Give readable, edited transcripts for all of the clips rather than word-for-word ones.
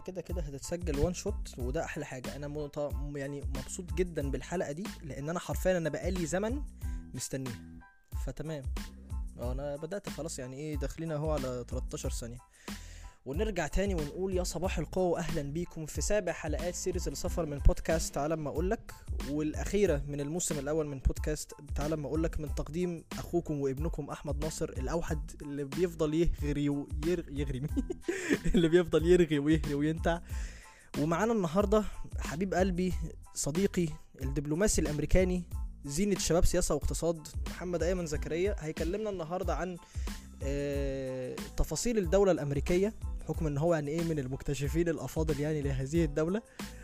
كده كده هتتسجل وان شوت، وده احلى حاجه. انا يعني مبسوط جدا بالحلقه دي، لان انا حرفيا انا بقالي زمن مستنيها، فتمام. انا بدات خلاص، يعني ايه، داخلين اهو على 13 ثانيه. ونرجع تاني ونقول يا صباح القوة، واهلا بيكم في سابع حلقات سيريز السفر من بودكاست تعال ما اقولك، والاخيرة من الموسم الاول من بودكاست تعال ما اقولك، من تقديم اخوكم وابنكم احمد ناصر الاوحد، اللي بيفضل يغري اللي بيفضل يرغي ويهري وينتع. ومعانا النهاردة حبيب قلبي، صديقي الدبلوماسي الامريكاني، زينة شباب سياسة واقتصاد، محمد ايمن زكريا. هيكلمنا النهاردة عن تفاصيل الدولة الامريكية، حكم ان هو يعني ايه من المكتشفين الافاضل يعني لهذه الدولة.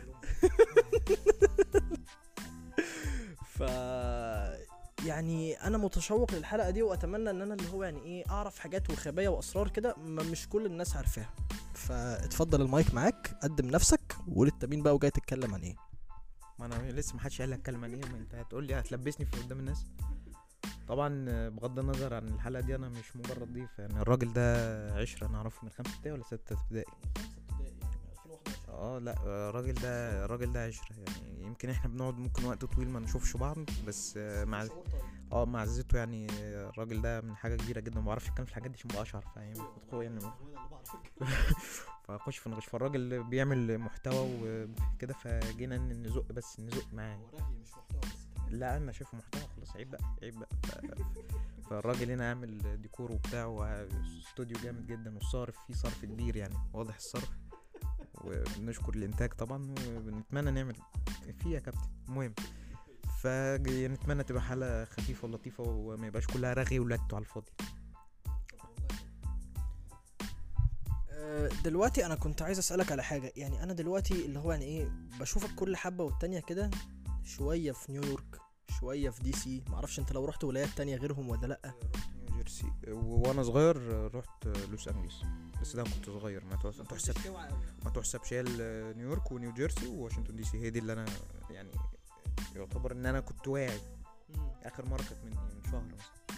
ف يعني انا متشوق للحلقة دي، واتمنى ان انا اللي هو يعني ايه اعرف حاجات وخبايا واسرار كده مش كل الناس عارفاها. فاتفضل المايك معاك، قدم نفسك وقول انت مين بقى وجاي تتكلم عن ايه. ما انا لسه محدش قال لي اتكلم عن ايه، ما انت هتقول لي هتلبسني في قدام الناس. طبعا بغض النظر عن الحلقه دي، انا مش مجرد ضيف، يعني الراجل ده عشره نعرفه من 5 ابتدائي ولا 6 ابتدائي. لا الراجل ده عشره، يعني يمكن احنا بنقعد ممكن وقت طويل ما نشوفش بعض، بس معزته يعني. الراجل ده من حاجه كبيره جدا، ما بعرفش اتكلم في الحاجات دي عشان مبقاش عارف يعني فاخش في نغش. فالراجل بيعمل محتوى وكده، فجينا نزق معاه. لا انا شايفه محتوى خلاص، عيب بقى. فالراجل هنا عامل ديكور وبتاع، واستوديو جامد جدا، والصارف فيه صرف كبير، يعني واضح الصرف. وبنشكر الانتاج طبعا، ونتمنى نعمل فيه يا كابتن. المهم، فنتمنى تبقى حلقة خفيفة ولطيفة، وما يبقاش كلها رغي ولكتوا على الفاضي. دلوقتي انا كنت عايز اسألك على حاجة. يعني انا دلوقتي اللي هو يعني ايه بشوفك كل حبة والتانية كده، شوية في نيويورك، شوية في دي سي، معرفش انت لو رحت ولايات تانية غيرهم ولا لأ. رحت نيوجيرسي، وانا صغير رحت لوس انجلوس، بس ده كنت صغير، ما تحسبش. نيويورك ونيوجيرسي وواشنطن دي سي هي دي اللي انا يعني يعتبر ان انا كنت واعي. اخر مرة كانت من شهر مثلا.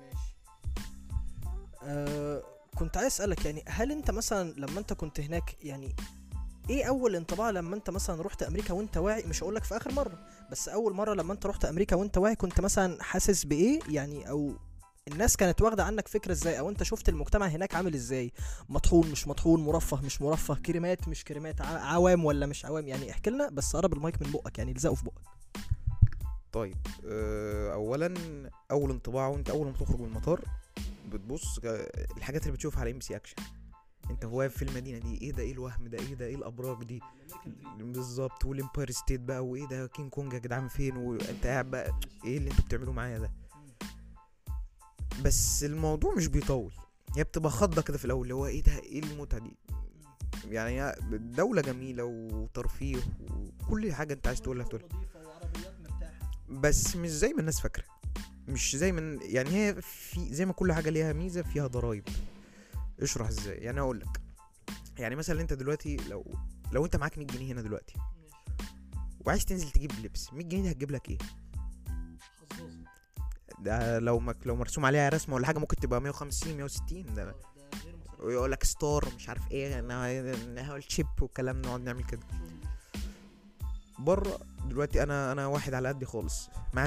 ماشي. كنت عايز اسألك، يعني هل انت مثلا لما انت كنت هناك، يعني ايه اول انطباع لما انت مثلا رحت امريكا وانت واعي؟ مش هقولك في اخر مرة، بس اول مرة لما انت رحت امريكا وانت واعي، كنت مثلا حاسس بايه يعني؟ او الناس كانت واخدة عنك فكرة ازاي؟ او انت شفت المجتمع هناك عامل ازاي؟ مطحون مش مطحون، مرفه مش مرفه، كريمات مش كريمات، عوام ولا مش عوام؟ يعني احكي لنا، بس قرب المايك من بقك، يعني الزقه في بقك. طيب، اولا اول انطباع، وانت اول ما تخرج من المطار بتبص الحاجات اللي بتشوفها على MC اكشن. انت واقف في المدينه دي، ايه ده، ايه الوهم ده، ايه ده، ايه الابراج دي بالظبط، والامباير ستيت بقى، وايه ده كينج كونج يا جدعان فين، وانت قاعد بقى ايه اللي انتوا بتعملوه معايا ده. بس الموضوع مش بيطول، هي بتبقى خضه كده في الاول، اللي هو ايه ده، ايه المتعه دي. يعني دولة جميلة وترفيه وكل حاجة انت عايز تقولها، بس مش زي ما الناس فاكرة. مش زي ما يعني هي في زي ما كل حاجة ليها ميزة فيها ضرايب. اشرح ازاي؟ يعني اقول لك، يعني مثلا انت دلوقتي لو انت معاك 100 جنيه هنا دلوقتي، وعايز تنزل تجيب لبس، 100 جنيه دي هتجيب لك ايه؟ ده لو مرسوم عليها رسمه ولا حاجه ممكن تبقى 150 160. ده ويقول لك ستار مش عارف ايه، انا الشيب والكلام، نقعد نعمل كده. بره دلوقتي انا واحد على قدي خالص، معايا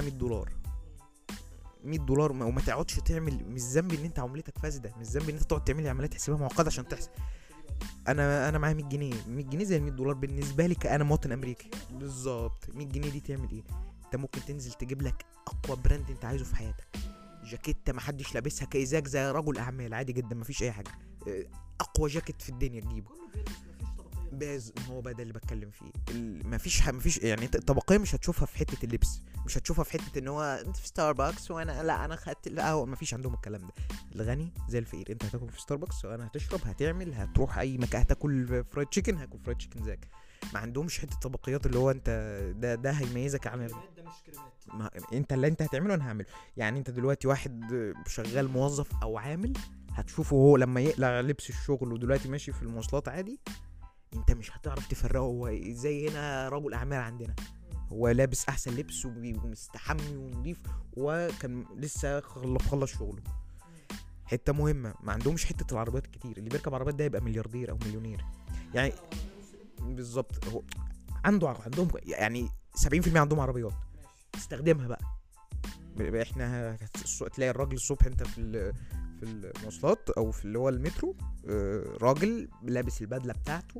$100 وما تقعدش تعمل، مش ذنبي ان انت عملتك فاسده، مش ذنبي ان انت تقعد تعمل عمليات حسابيه معقده عشان تحسب. انا معايا 100 جنيه زي $100 بالنسبه لي كأنا مواطن امريكي. بالظبط، 100 جنيه دي تعمل ايه؟ انت ممكن تنزل تجيب لك اقوى براند انت عايزه في حياتك، جاكيته ما حدش لابسها كإزاج، زي رجل اعمال عادي جدا، مفيش اي حاجه، اقوى جاكيت في الدنيا تجيبه. هو بقى ده اللي بتكلم فيه، مفيش يعني الطبقيه مش هتشوفها في حته اللبس، مش هتشوفها في حته ان هو انت في ستاربكس وانا خدت القهوه، مفيش عندهم الكلام ده. الغني زي الفقير، انت هتاكل في ستاربكس وانا هتشرب، هتروح اي مكان هتاكل فرايد تشيكن، هاكل فرايد تشيكن زيك. ما عندهمش حته طبقيات اللي هو انت ده هيميزك عن ده مش كريمات. انت اللي انت هتعمله انا هعمله. يعني انت دلوقتي واحد شغال موظف او عامل، هتشوفه هو لما يقلع لبس الشغل ودلوقتي ماشي في المواصلات عادي، انت مش هتعرف تفرقه. هو زي هنا رجل اعمال عندنا، هو لابس احسن لبس ومستحمي ونضيف، وكان لسه خلص شغله. حته مهمه، ما عندهمش حته العربيات الكتير، اللي بيركب عربيات ده يبقى ملياردير او مليونير. يعني بالظبط. هو عندهم يعني 70% عندهم عربيات استخدمها بقى. احنا تلاقي الراجل الصبح انت في المواصلات او في اللي هو المترو، راجل لابس البدله بتاعته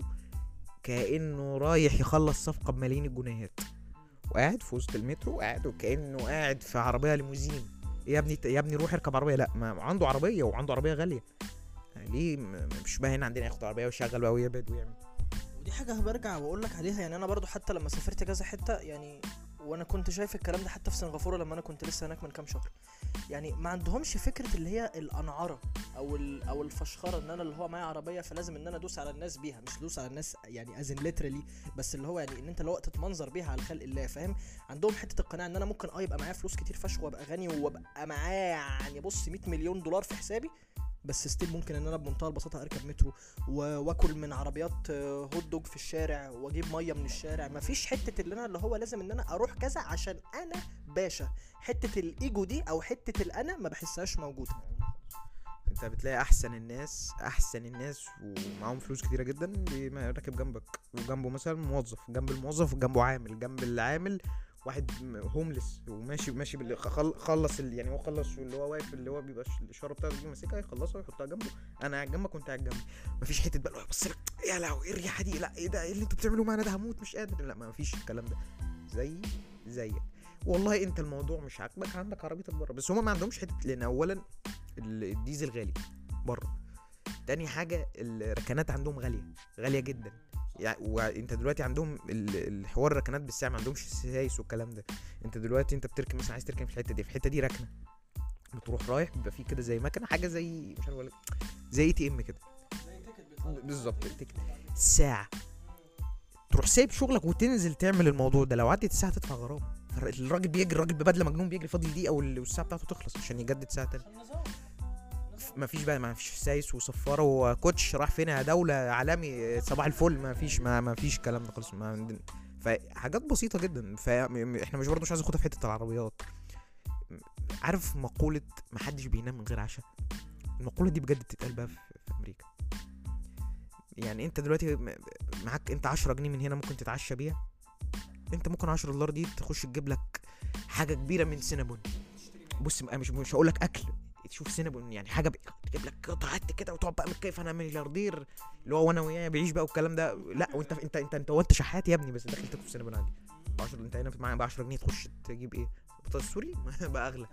كانه رايح يخلص صفقه بملايين الجنيهات، وقاعد في وسط المترو، قاعد وكانه قاعد في عربيه ليموزين. يا ابني يا ابني روح اركب عربيه. لا، ما عنده عربيه، وعنده عربيه غاليه. يعني ليه مش بقى هنا عندنا ياخد عربيه ويشغل بقى ويبعد ويعمل. ودي حاجه برجع واقول لك عليها، يعني انا برضو حتى لما سافرت كذا حته يعني، وانا كنت شايف الكلام ده حتى في سنغافوره لما انا كنت لسه هناك من كام شهر. يعني ما عندهمش فكره اللي هي الانعره او الفشخره، ان انا اللي هو معايا عربيه فلازم ان انا ادوس على الناس بيها، مش ادوس على الناس يعني ازن ليترالي، بس اللي هو يعني ان انت لو تتمنظر بيها على خلق الله، فاهم؟ عندهم حته القناعه ان انا ممكن يبقى معايا فلوس كتير فشخ وابقى غني وابقى معايا يعني بص 100 مليون دولار في حسابي، بس ستيل ممكن ان انا بمنتهى البساطه اركب مترو واكل من عربيات هوت دوج في الشارع واجيب ميه من الشارع. مفيش حته اللي انا اللي هو لازم ان انا اروح كذا عشان انا باشا. حته الايجو دي او حته الانا ما بحسهاش موجوده. انت بتلاقي احسن الناس ومعاهم فلوس كتيره جدا راكب جنبك، وجنبه مثلا موظف، جنب الموظف وجنبه عامل، جنب العامل واحد هوملس وماشي خلص يعني هو خلص اللي هو واقف، اللي هو بيبقى الاشاره بتاعته دي ماسكها، يخلصها ويحطها جنبه. انا قاعد جنبك وانت قاعد جنبي. مفيش حته بقى بص لك يا لهوي ايه الريحه دي، لا ايه ده، ايه اللي انتوا بتعملوه معانا ده، هموت مش قادر. لا، مفيش الكلام ده. زيك والله انت الموضوع مش عاجبك، عندك عربيتك بره. بس هما ما عندهمش حته، لان اولا الديزل غالي بره، تاني حاجه الركنات عندهم غاليه جدا. يعني وانت دلوقتي عندهم الحوار الركنات بالساعه، ما عندهمش سايس والكلام ده. انت دلوقتي انت بتركن مثلا، عايز تركن في الحته دي ركنه، بتروح رايح بيبقى فيه كده زي مكنه، حاجه زي مش عارف اقول لك، زي ATM كده بالظبط. التيكت ساعه تروح سايب شغلك وتنزل تعمل الموضوع ده. لو عدت الساعه تدفع غرامه. الراجل ببدله مجنون بيجري فاضل دقيقه والساعه بتاعته تخلص عشان يجدد ساعه تانية. ما فيش سايس وصفاره وكوتش راح فين يا دوله عالمي صباح الفل. ما فيش الكلام ده خالص. ما عندنا. فحاجات بسيطه جدا. فاحنا مش عايز ناخدها في حته العربيات. عارف مقوله ما حدش بينام من غير عشاء؟ المقوله دي بجد بتتقال بقى في امريكا. يعني انت دلوقتي معاك انت 10 جنيه من هنا ممكن تتعشى بيها. انت ممكن 10 دولار دي تخش تجيب لك حاجه كبيره من سينابون. بص مش هقول لك اكل، تشوف سينابون يعني حاجه تجيب لك قطعه كده وتقعد بقى متكيف انا ملياردير اللي هو وانا وياه بعيش بقى والكلام ده. لا، وانت شحات يا ابني، بس داخل تاكل سينابون عادي 10. انت هنا معايا ب 10 جنيه تخش تجيب ايه؟ بطاطس سوري بقى اغلى.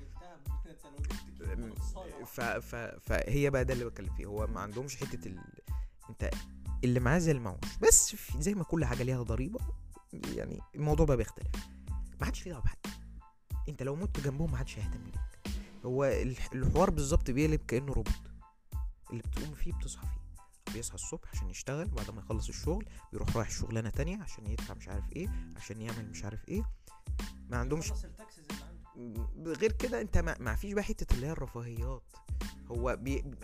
فهي بقى ده اللي بتكلم فيه. هو ما عندهمش حته انت اللي معاه زي المعوش، بس زي ما كل حاجه ليها ضريبه يعني الموضوع بقى بيختلف. ما حدش ليه دعوه بحد. انت لو مت جنبهم ما حدش هيهتم بيك. هو الحوار بالظبط بيقلب كانه روبوت. اللي بتقوم فيه بتصحى فيه. بيصحى الصبح عشان يشتغل، بعد ما يخلص الشغل بيروح رايح شغلانه تانية عشان يدفع مش عارف ايه، عشان يعمل مش عارف ايه. ما عندهمش غير كده. انت ما فيش بقى حته اللي هي الرفاهيات. هو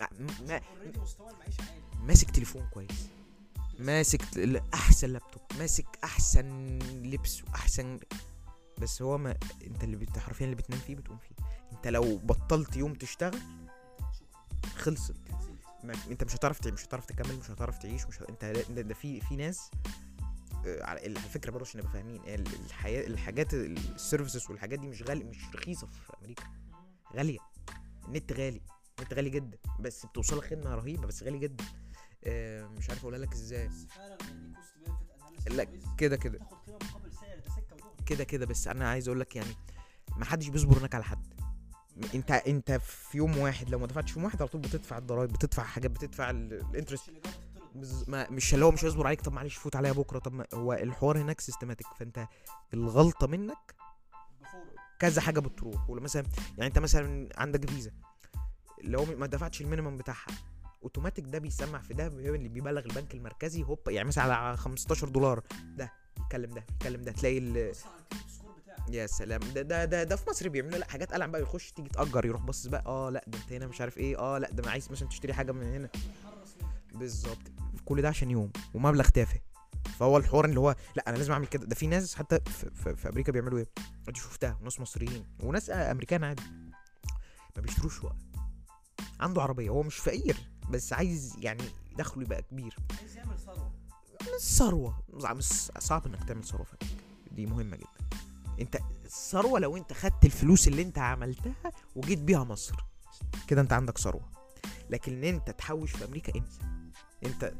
ماسك تليفون كويس، ماسك احسن لابتوب، ماسك احسن لبس واحسن. بس هو ما انت اللي حرفيا اللي بتنام فيه بتقوم فيه. انت لو بطلت يوم تشتغل خلصت. انت مش هتعرف تكمل، مش هتعرف تعيش. انت ده في ناس على فكره برضه عشان نبقى فاهمين الحاجات السيرفيسز والحاجات دي مش رخيصه في امريكا. غاليه. النت غالي جدا، بس بتوصلك خدمه رهيبه بس غالي جدا. مش عارف اقولها لك ازاي. بس فعلا يعني كوست بنفيت اناليسيس لا كده تاخد قيمه مقابل سعر، ده سكه ودغري كده. بس انا عايز اقول لك يعني ما حدش بيصبر هناك على حد. انت في يوم واحد لو ما دفعتش في يوم واحد على طول بتدفع الضرايب، بتدفع حاجات، بتدفع الانترست. مش اللي هو مش هيصبر عليك. طب معلش فوت عليا بكره. طب هو الحوار هناك سيستماتيك. فانت الغلطه منك كذا حاجه بتروح. ولا مثلا يعني انت مثلا عندك فيزا لو ما دفعتش المينيمم بتاعها اوتوماتيك ده بيسمع في ده اللي بيبلغ البنك المركزي هوب. يعني مثلا على 15 دولار ده يكلم ده تلاقي يا سلام. ده في مصر بيعملوا لا حاجات قلم بقى، يخش تيجي تأجر يروح بص بقى لا ده انت هنا مش عارف ايه، لا ده انا عايز مثلا تشتري حاجه من هنا بالظبط. كل ده عشان يوم ومبلغ تافه. فهو الحوار اللي هو لا انا لازم اعمل كده. ده في ناس حتى في امريكا بيعملوا ايه، انت شفتها ناس مصريين وناس امريكان عادي ما بيشتروش شقق. عنده عربيه، هو مش فقير بس عايز يعني دخله يبقى كبير، عايز يعمل ثروه الثروه مش صعب انك تعمل ثروه في امريكا، دي مهمه جدا. انت الثروه لو انت خدت الفلوس اللي انت عملتها وجيت بيها مصر كده انت عندك ثروه، لكن ان انت تحوش في امريكا انسى. انت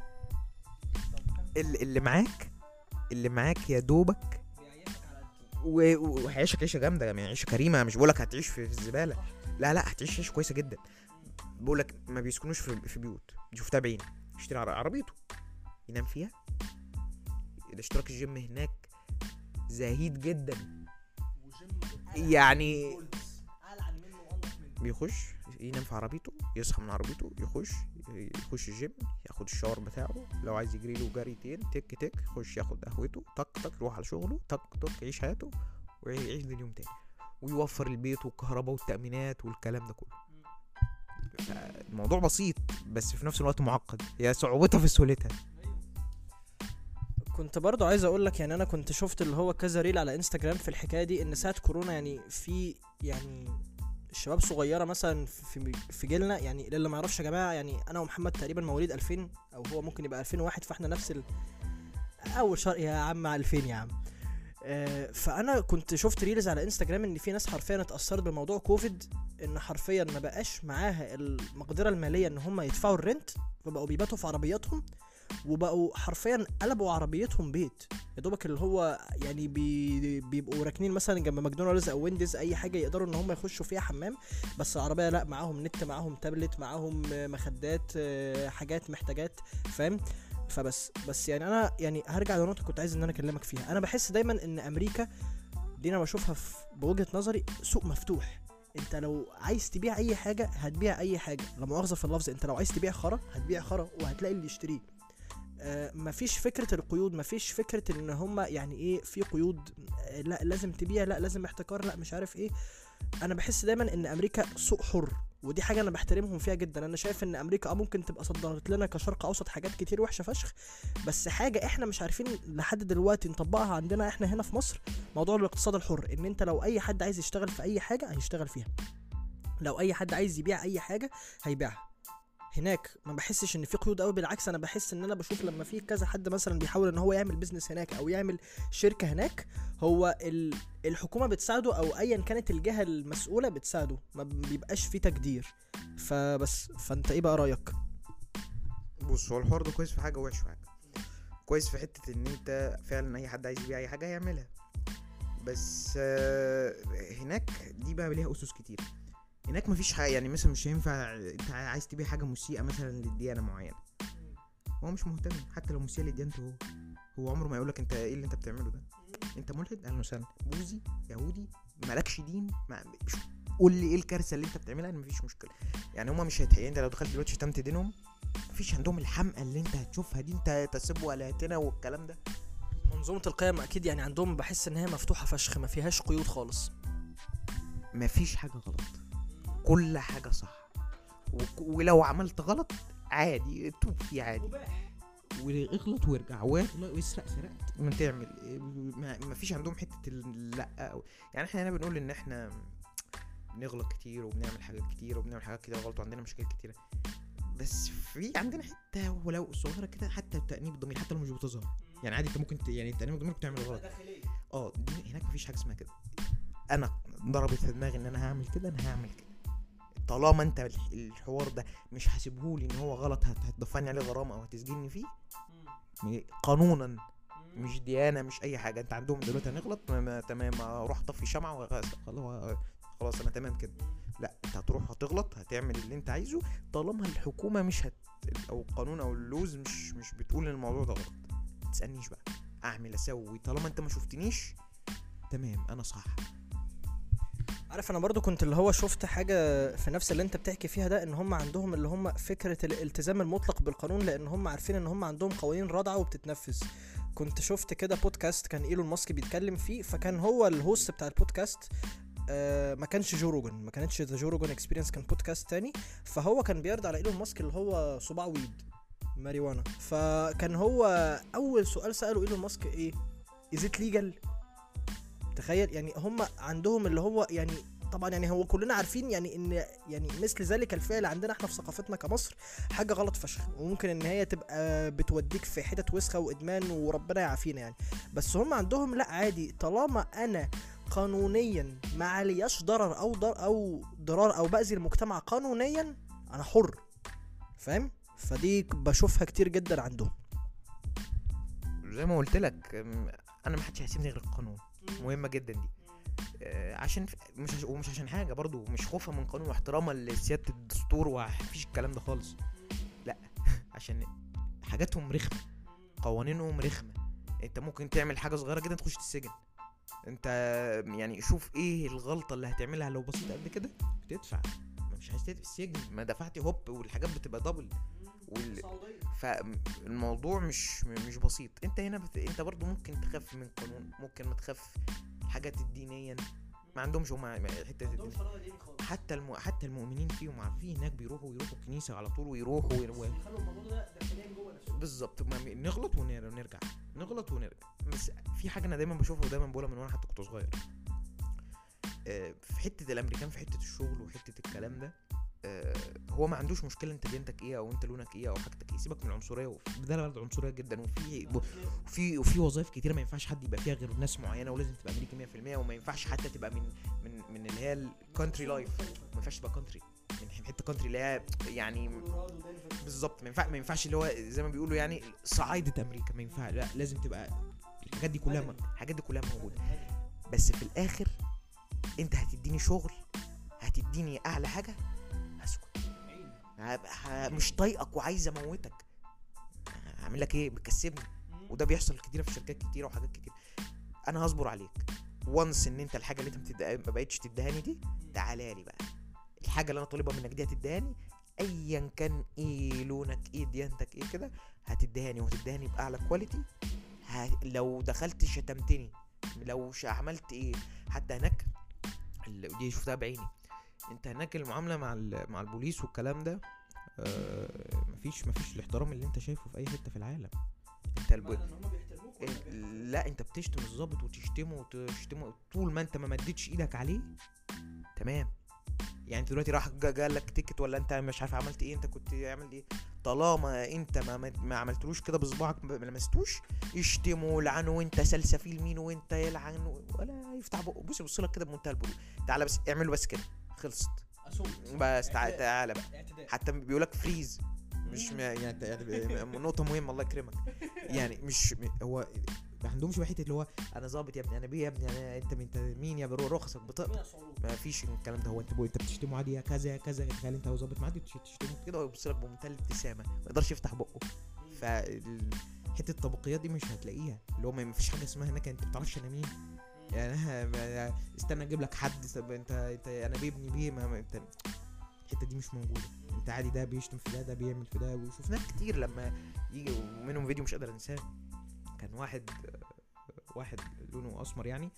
اللي معاك يا دوبك وهيعيشك عيشه جامده، يعني عيشه كريمه. مش بقولك هتعيش في الزباله، لا هتعيش عيشه كويسه جدا. بقولك ما بيسكنوش في بيوت، شفتها بعيني. يشتري عربيته ينام فيها. الاشتراك الجيم هناك زهيد جدا، يعني بيخش ينام في عربيته، يصحى من عربيته، يخش الجيم، ياخد الشاور بتاعه، لو عايز يجري له جريتين تك تك، يخش ياخد قهوته تك يروح على شغله تك يعيش حياته ويعيش اليوم تاني، ويوفر البيت والكهرباء والتأمينات والكلام ده كله. الموضوع بسيط بس في نفس الوقت معقد، هي صعوبتها في سهولتها. كنت برضو عايز اقول لك، يعني انا كنت شفت اللي هو كذا ريل على انستجرام في الحكايه دي، ان ساعه كورونا يعني في يعني الشباب صغيره مثلا في جيلنا، يعني اللي ما يعرفش يا جماعه، يعني انا ومحمد تقريبا مواليد 2000 او هو ممكن يبقى 2001، فاحنا نفس اول شهر يا عم 2000 يا عم. فانا كنت شفت ريلز على انستجرام ان في ناس حرفيا اتاثرت بموضوع كوفيد، ان حرفيا ما بقاش معاها المقدره الماليه ان هم يدفعوا الرنت، فبقوا بيباتوا في عربياتهم، وبقوا حرفيا قلبوا عربيتهم بيت يا دوبك، اللي هو يعني بيبقوا راكنين مثلا جنب ماكدونالدز او وينديز، اي حاجه يقدروا ان هم يخشوا فيها حمام، بس العربيه لا، معاهم نت، معاهم تابلت، معاهم مخدات، حاجات محتاجات، فاهم؟ فبس يعني انا يعني هرجع لنقطه كنت عايز ان انا اكلمك فيها. انا بحس دايما ان امريكا دي انا بشوفها بوجهه نظري سوق مفتوح. انت لو عايز تبيع اي حاجه هتبيع اي حاجه، لا مؤاخذه في اللفظ، انت لو عايز تبيع خرا هتبيع خرا وهتلاقي اللي يشتريه. مفيش فكرة القيود، مفيش فكرة ان هما يعني ايه في قيود، لا لازم تبيع، لا لازم احتكار، لا مش عارف ايه. انا بحس دايما ان امريكا سوق حر، ودي حاجة انا بحترمهم فيها جدا. انا شايف ان امريكا ممكن تبقى صدرت لنا كشرق اوسط حاجات كتير وحشة فشخ، بس حاجة احنا مش عارفين لحد دلوقتي نطبقها عندنا احنا هنا في مصر، موضوع الاقتصاد الحر، ان انت لو اي حد عايز يشتغل في اي حاجة هيشتغل فيها، لو اي حد عايز يبيع اي حاجة هيبيعها. هناك ما بحسش ان في قيود قوي، بالعكس انا بحس ان انا بشوف لما في كذا حد مثلا بيحاول ان هو يعمل بيزنس هناك او يعمل شركة هناك، هو الحكومة بتساعده او ايا كانت الجهة المسؤولة بتساعده، ما بيبقاش في تجدير. فانت ايه بقى رأيك؟ بص، هو الحوار ده كويس في حاجه ووحش في حاجه. كويس في حته ان انت فعلا اي حد عايز يبيع اي حاجه هيعملها، بس هناك دي بقى ليها اسس كتير. هناك مفيش حاجه، يعني مثلا مش هينفع انت عايز تبيع حاجه مسيئه مثلا للديانه معينه، هو مش مهتم حتى لو مسيئه لديانته، هو عمره ما يقولك انت ايه اللي انت بتعمله ده، انت ملحد، اهلا وسهلا، بوذي، يهودي، مالكش دين، قول لي ايه الكارثه اللي انت بتعملها، مفيش مشكله. يعني هما مش انت لو دخلت دلوقتي شتمت دينهم مفيش عندهم الحمقى اللي انت هتشوفها دي، انت تسبوا الهتنا والكلام ده. منظومة القيم اكيد يعني عندهم بحس ان هي مفتوحة فشخ، ما فيهاش قيود خالص، مفيش حاجه غلط، كل حاجه صح، ولو عملت غلط عادي توب فيه عادي، واغلط وارجع، واسرق سرقت، ما تعمل ما فيش عندهم حته لا. يعني احنا هنا بنقول ان احنا بنغلط كتير وبنعمل حاجات كتير وبنعمل حاجات كده غلط وعندنا مشاكل كتيره، بس في عندنا حته ولو صغيره كده، حتى تأنيب الضمير حتى لو مش بتظهر، يعني عادي انت ممكن يعني تأنيب الضمير بتعمل غلط دي هناك مفيش حاجه اسمها كده. انا ضربت في دماغي ان انا هعمل كده، انا هعمل كده، طالما انت الحوار ده مش حاسبهولي ان هو غلط هتضفني عليه غرامه او هتسجني فيه قانونا، مش ديانه مش اي حاجه. انت عندهم دلوقتي هنغلط تمام، اروح اطفي شمعه خلاص انا تمام كده، لا انت هتروح هتغلط هتعمل اللي انت عايزه، طالما الحكومه مش او القانون او اللوز مش بتقول ان الموضوع ده غلط، تسالنيش بقى اعمل اسوي، طالما انت ما شفتنيش تمام انا صح. عارف انا برضو كنت اللي هو شفت حاجة في نفس اللي انت بتحكي فيها ده، ان هم عندهم اللي هم فكرة الالتزام المطلق بالقانون، لان هم عارفين ان هم عندهم قوانين رادعة وبتتنفذ. كنت شفت كده بودكاست كان ايلون ماسك بيتكلم فيه، فكان هو الهوست بتاع البودكاست ما كانش جو روجن، ما كانتش ذا جو روجن اكسبيرينس، كان بودكاست تاني، فهو كان بيرد على ايلون ماسك اللي هو صباع ويد ماريوانا، فكان هو اول سؤال سأله ايلون ماسك ايه؟ is it legal؟ تخيل يعني هم عندهم اللي هو يعني طبعا يعني هو كلنا عارفين يعني ان يعني مثل ذلك الفعل عندنا احنا في ثقافتنا كمصر حاجه غلط فشخ، وممكن ان هي تبقى بتوديك في حتت وسخه وادمان وربنا يعافينا يعني. بس هم عندهم لا عادي، طالما انا قانونيا ما علياش ضرر او ضرار او باذي المجتمع قانونيا، انا حر، فاهم؟ فدي بشوفها كتير جدا عندهم. زي ما قلت لك انا ما حدش هيسيبني غير القانون، مهمه جدا دي. عشان ومش عشان حاجه برضو، مش خوفا من قانون واحتراما لسياده الدستور ومفيش الكلام ده خالص، لا عشان حاجاتهم رخمه، قوانينهم رخمه. انت ممكن تعمل حاجه صغيره جدا تخش السجن. انت يعني شوف ايه الغلطه اللي هتعملها لو بسيطه قد كده بتدفع، مش عايز تدفع السجن، ما دفعت هوب والحاجات بتبقى دبل فالموضوع مش بسيط. انت هنا انت برضو ممكن تخاف من قانون، ممكن ما تخاف الحاجات الدينيا، ما عندهمش هم حته الدين. حتى المؤمنين فيهم عارفين هناك بيروحوا الكنيسه على طول ويروحوا يخلوا الموضوع ده داخليا جوه نفسهم بالظبط. نغلط ونرجع، نغلط ونرجع. بس في حاجه انا دايما بشوفها ودايما بقولها من وانا حتى كنت صغير، في حته الامريكان، في حته الشغل وحته الكلام ده، هو ما عندوش مشكله انت دينتك ايه او انت لونك ايه او حاجتك ايه، سيبك من العنصريه. ده بلد عنصريه جدا، وفي وظائف كتيره ما ينفعش حد يبقى فيها غير ناس معينه، ولازم تبقى امريكي 100%، وما ينفعش حتى تبقى من اللي هي الكونتري لايف، ما ينفعش تبقى كونتري من حته كونتري اللي هي يعني بالظبط. ما ينفعش اللي هو زي ما بيقولوا يعني صعايده امريكا، ما ينفعش، لا لازم تبقى الحاجات دي كلها موجوده. بس في الاخر انت هتديني شغل، هتديني اعلى حاجه، هسكت، مش طايقك وعايز اموتك، هعمل لك ايه؟ بتكسبني. وده بيحصل كتير في شركات كتيره وحاجات كتير. انا هصبر عليك وانس ان انت الحاجه اللي انت ما بقتش تدهاني دي، تعالى لي بقى الحاجه اللي انا طالبها منك دي هتدهاني، ايا كان ايه لونك ايه ديانتك ايه كده، هتدهاني وهتدهاني باعلى كواليتي. لو دخلت شتمتني، لو عملت ايه، حتى هناك دي شفتها بعيني. انت هناك المعامله مع البوليس والكلام ده، مفيش الاحترام اللي انت شايفه في اي حته في العالم. انت لا انت بتشتم الضابط وتشتمه طول ما انت ما مدتش ايدك عليه، تمام. يعني انت دلوقتي راح قال لك تيكت ولا انت مش عارف عملت ايه، انت كنت عامل ايه، طالما انت ما عملتلوش كده بصباعك، ما لمستوش، يشتمه ولعنه وانت سلسفيل مين وانت يلعن ولا يفتح بقه. بص يبص لك كده بمنتهى البرود، تعالى بس اعمله بس كده، خلصت بس تعالى بقى. حتى بيقولك فريز، مش يعني نقطه مهمه الله يكرمك. يعني مش هو ما عندهمش حته اللي هو انا ظابط يا ابني، انا بيه يا ابني، انا انت مين يا برو، رخصك بطاقتك، ما فيش الكلام ده. هو انت بتشتمه عادي يا كذا يا كذا، تخيل انت هو ظابط معدي تشتمه كده ويبص لك بمنتهى الابتسامه، ما يقدرش يفتح بقه. ف حته الطبقيات دي مش هتلاقيها، اللي هو ما فيش حاجه اسمها هناك انت بتعرفش انا مين، يعني استنى اجيب لك حد، طب انت انا بيبني بيه، ما انت الحته دي مش موجوده. انت عادي ده بيشتم في ده بيعمل في ده. وشفناه كتير لما يجي ومنهم فيديو مش قادر انساه، كان واحد لونه اسمر يعني،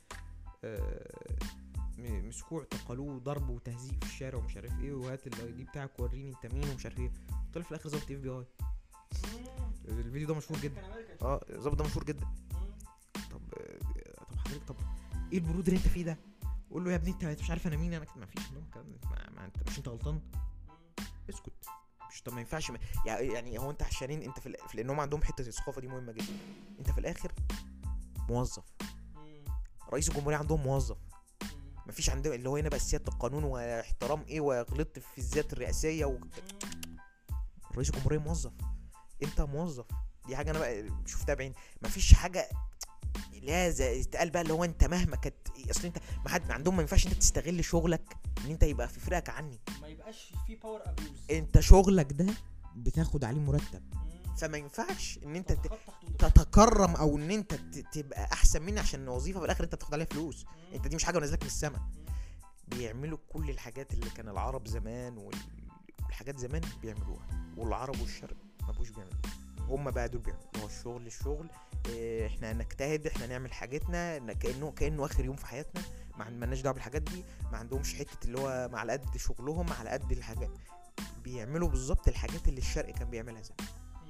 مسكوه اعتقلوه ضرب وتهزيق في الشارع ومش عارف ايه، وهات الاي دي بتاعك وريني انت مين ومش عارف ايه. طلع في الاخر ضابط FBI. الفيديو ده مشهور جدا، الضابط ده مشهور جدا. طب حضرتك، طب ايه البرود اللي انت فيه ده؟ قول له يا ابني انت مش عارف انا مين، انا ما فيش الكلام ده، انت مش انت غلطان، اسكت. مش طب ما ينفعش يعني هو انت عشان انت في لانهم عندهم حته الثقافه دي مهمه جدا. انت في الاخر موظف، رئيس الجمهوريه عندهم موظف، مفيش عندهم اللي هو هنا بس سياده القانون واحترام ايه، وغلطت في الذات الرئاسيه رئيس الجمهوريه موظف، انت موظف. دي حاجه انا بقى شفتها بعين، مفيش حاجه لازم يتقال بقى اللي هو انت مهما كانت اصل انت ما حد عندهم، ما ينفعش انت تستغل شغلك ان انت يبقى في فرقك عني، ما يبقاش في باور ابيوز. انت شغلك ده بتاخد عليه مرتب، فما ينفعش ان انت تتكرم او ان انت تبقى احسن مني عشان وظيفه في الاخر انت بتاخد عليها فلوس. انت دي مش حاجه نازلك من السما. بيعملوا كل الحاجات اللي كان العرب زمان والحاجات زمان بيعملوها، والعرب والشرق ما بقوش بيعملوها. هم بقى دول بيعملوا هو الشغل احنا نجتهد، احنا نعمل حاجتنا كانه اخر يوم في حياتنا، ما عندناش دعوه بالحاجات دي. ما عندهمش حته اللي هو على قد شغلهم على قد الحاجات، بيعملوا بالظبط الحاجات اللي الشرق كان بيعملها زمان.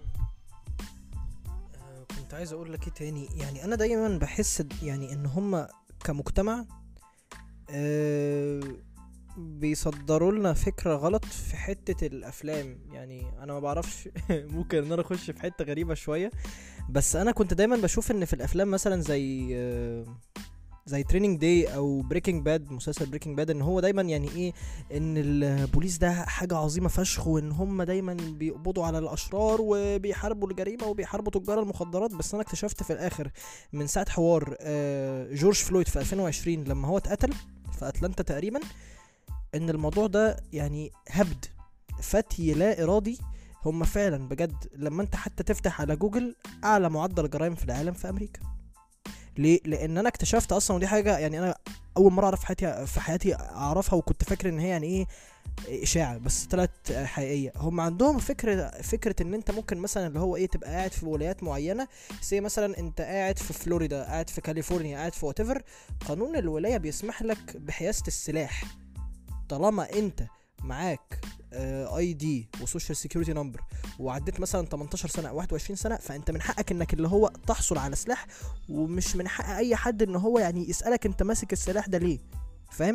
كنت عايز اقول لك ايه تاني، يعني انا دايما بحس يعني ان هم كمجتمع بيصدروا لنا فكرة غلط في حتة الافلام. يعني انا ما بعرفش ممكن ان انا اخش في حتة غريبة شوية، بس انا كنت دايما بشوف ان في الافلام مثلا زي تريننج داي او بريكنج باد، مسلسل بريكنج باد، ان هو دايما يعني ايه، ان البوليس ده حاجة عظيمة فشخ، وان هم دايما بيقبضوا على الاشرار وبيحاربوا الجريمة وبيحاربوا تجار المخدرات. بس انا اكتشفت في الاخر من ساعة حوار جورج فلويد في 2020 لما هو اتقتل في اتلانتا تقريبا، ان الموضوع ده يعني هبد فتي لا ارادي. هم فعلا بجد لما انت حتى تفتح على جوجل اعلى معدل جرائم في العالم في امريكا. ليه؟ لان انا اكتشفت اصلا، ودي حاجه يعني انا اول مره اعرف في حياتي اعرفها، وكنت فاكر ان هي يعني ايه، اشاعه، بس طلعت حقيقيه. هم عندهم فكره ان انت ممكن مثلا اللي هو ايه تبقى قاعد في ولايات معينه، زي مثلا انت قاعد في فلوريدا، قاعد في كاليفورنيا، قاعد في واتيفر، قانون الولايه بيسمح لك بحيازه السلاح طالما انت معاك اي دي وسوشيال سيكيورتي نمبر، وعديت مثلا 18 سنه او 21 سنه، فانت من حقك انك اللي هو تحصل على سلاح، ومش من حق اي حد ان هو يعني يسالك انت ماسك السلاح ده ليه. فاهم؟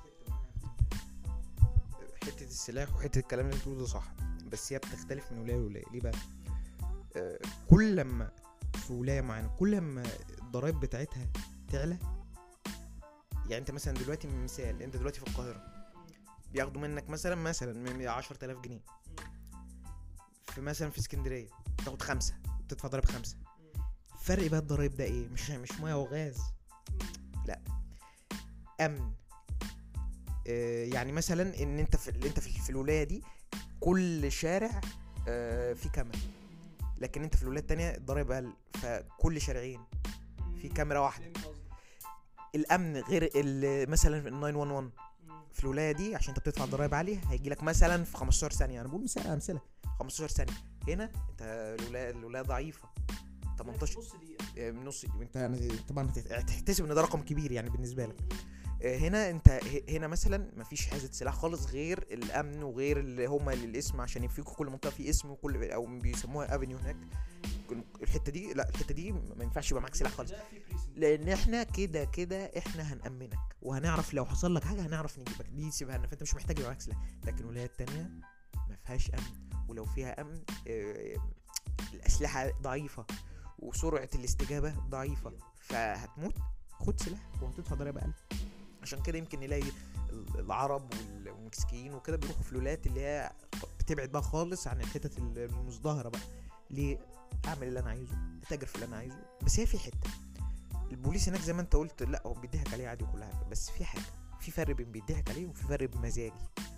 حته السلاح وحته الكلام اللي بتقوله ده صح، بس هي بتختلف من ولايه لولايه. ليه بقى؟ كل لما في ولايه معينه كل لما الضرايب بتاعتها تعلى، يعني انت مثلا دلوقتي مثال، انت دلوقتي في القاهره بياخدوا منك مثلا من 10,000 جنيه، في مثلا في اسكندريه تاخد 5، تدفع ضرايب 5. فرق بقى الضرايب ده ايه؟ مش ميه وغاز، لا، امن. يعني مثلا ان انت في الولايه دي كل شارع في كاميرا، لكن انت في الولايه التانية الضرايب اقل، فكل شارعين في كاميرا واحده. الامن غير مثلا ال 911 في الولايه دي عشان انت بتدفع ضرايب عاليه هيجي لك مثلا في 15 ثانيه، انا بقول امثله 15 ثانيه. هنا انت الولايه ضعيفه 18 نص دقيقه، انت طبعا هتحتسب ان ده رقم كبير يعني بالنسبه لك. هنا انت هنا مثلا مفيش حازه سلاح خالص غير الامن، وغير اللي هم الاسم عشان يفيكوا كل منطقه في اسم، وكل او بيسموها افنيو هناك. الحته دي لا، الحته دي ما ينفعش يبقى معاك سلاح خالص، لان احنا كده احنا هنأمنك وهنعرف لو حصل لك حاجه هنعرف نجيبك، دي سيبها لنا، فانت مش محتاج يبقى معاك سلاح. لكن الولايات التانية ما فيهاش امن، ولو فيها امن الاسلحه ضعيفه وسرعه الاستجابه ضعيفه، فهتموت خد سلاح وهتدفع ضريبه اقل. عشان كده يمكن نلاقي العرب والمكسيكيين وكده بيروحوا في الولايات اللي هي بتبعد بقى خالص عن الحتت المزدهره بقى. ليه؟ اعمل اللي انا عايزه، اتاجر في اللي انا عايزه. بس هي في حته البوليس هناك زي ما انت قلت، لا هو بيضحك عليه عادي وكل حاجه، بس في حاجه، في فرق بين بيضحك عليه وفي فرق بمزاجي.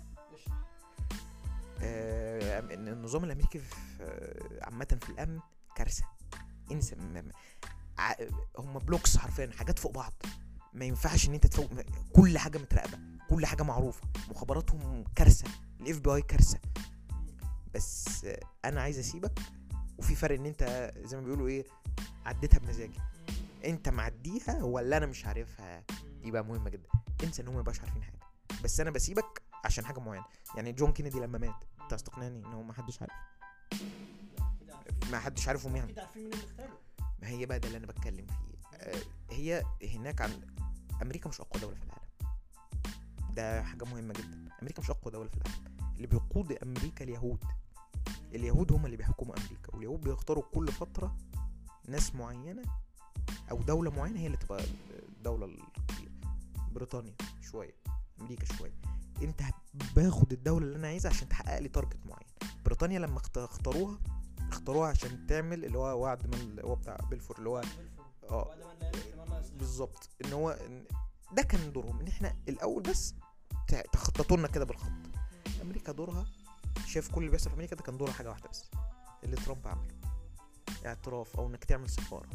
النظام الامريكي عامه في الامن كارثه. انسى، هم بلوكس حرفيا، حاجات فوق بعض، ما ينفعش ان انت تفوق. كل حاجه متراقبه، كل حاجه معروفه، مخابراتهم كارثه، الاف بي اي كارثه. بس انا عايز اسيبك، وفي فرق ان انت زي ما بيقولوا ايه، عديتها بمزاجي، انت معديها ولا انا مش عارفها، دي بقى مهمه جدا. انسى ان هم مبقاش عارفين حاجه، بس انا بسيبك عشان حاجه معينه. يعني جون كينيدي لما مات انت هتقنعني ان هو ما حدش عارف؟ ما حدش عارفه مين؟ ما هي بقى ده اللي انا بتكلم فيه. هي هناك عن امريكا مش اقوى دوله في العالم، ده حاجه مهمه جدا. امريكا مش اقوى دوله في العالم، اللي بيقود امريكا اليهود هم اللي بيحكموا امريكا، واليهود بيختاروا كل فتره ناس معينه او دوله معينه هي اللي تبقى الدوله الكبيره. بريطانيا شويه، امريكا شويه، انت باخد الدوله اللي انا عايزها عشان تحقق لي تارجت معين. بريطانيا لما اختاروها عشان تعمل اللي هو وعد من اللي هو بتاع بلفور، اللي هو بالظبط، ان هو ده كان دورهم، ان احنا الاول بس تخططوا لنا كده بالخط. امريكا دورها، شايف كل اللي بيحصل في امريكا ده كان دورها حاجه واحده بس، اللي ترامب عمله، اعتراف او انك تعمل سفاره.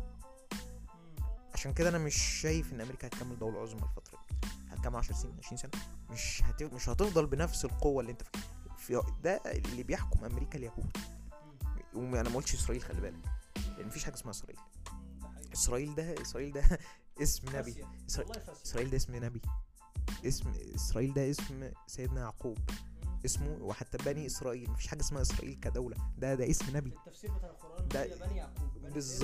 عشان كده انا مش شايف ان امريكا هتكمل دوله عظمى الفتره دي، هتكمل 10 سنين 20 سنه، مش هتفضل بنفس القوه اللي انت فيها. ده اللي بيحكم امريكا اليهود. وانا ما قلتش اسرائيل، خلي بالك، لان مفيش حاجه اسمها اسرائيل ده اسم نبي. اسرائيل ده اسم نبي، اسرائيل ده اسم سيدنا يعقوب، اسمه. وحتى بني اسرائيل، مفيش حاجه اسمها اسرائيل كدوله، ده اسم نبي. التفسير بتاع القران ده بني يعقوب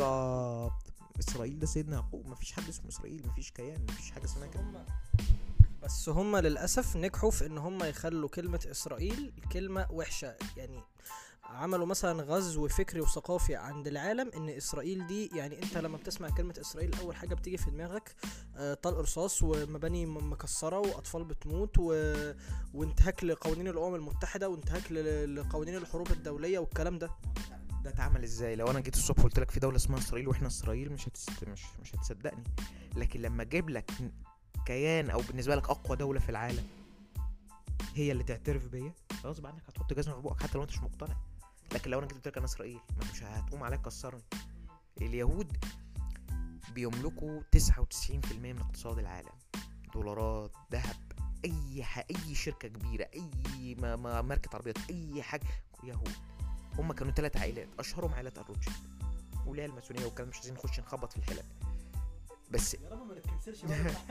بالظبط. اسرائيل ده سيدنا يعقوب، مفيش حد اسمه اسرائيل، مفيش كيان، مفيش حاجه اسمها كده. بس هم للاسف نجحوا في ان هم يخلوا كلمة اسرائيل كلمة وحشة يعني. عملوا مثلا غزو فكري وثقافي عند العالم ان اسرائيل دي، يعني انت لما بتسمع كلمة اسرائيل اول حاجة بتيجي في دماغك طلق رصاص ومباني مكسرة واطفال بتموت وانتهاك لقوانين الامم المتحدة وانتهاك لقوانين الحروب الدولية والكلام ده. ده اتعمل ازاي؟ لو انا جيت الصبح قلت لك في دوله اسمها اسرائيل واحنا اسرائيل مش هتصدقني. لكن لما اجيب لك كيان او بالنسبه لك اقوى دوله في العالم هي اللي تعترف بيا، غصب عنك هتحط جزمه في بقك حتى لو انت مش مقتنع. لكن لو انا جيت قلت لك انا اسرائيل، ما مش هتقوم عليك كسرني. اليهود بيملكوا 99% من اقتصاد العالم، دولارات، ذهب، اي شركه كبيره، اي ماركه عربيات، اي حاجه يهود. هم كانوا 3 عائلات، اشهرهم عائله الروتشيلد وليه الماسونيه والكلام، مش عايزين نخش نخبط في الحلال. بس يا رب ما نتكنسلش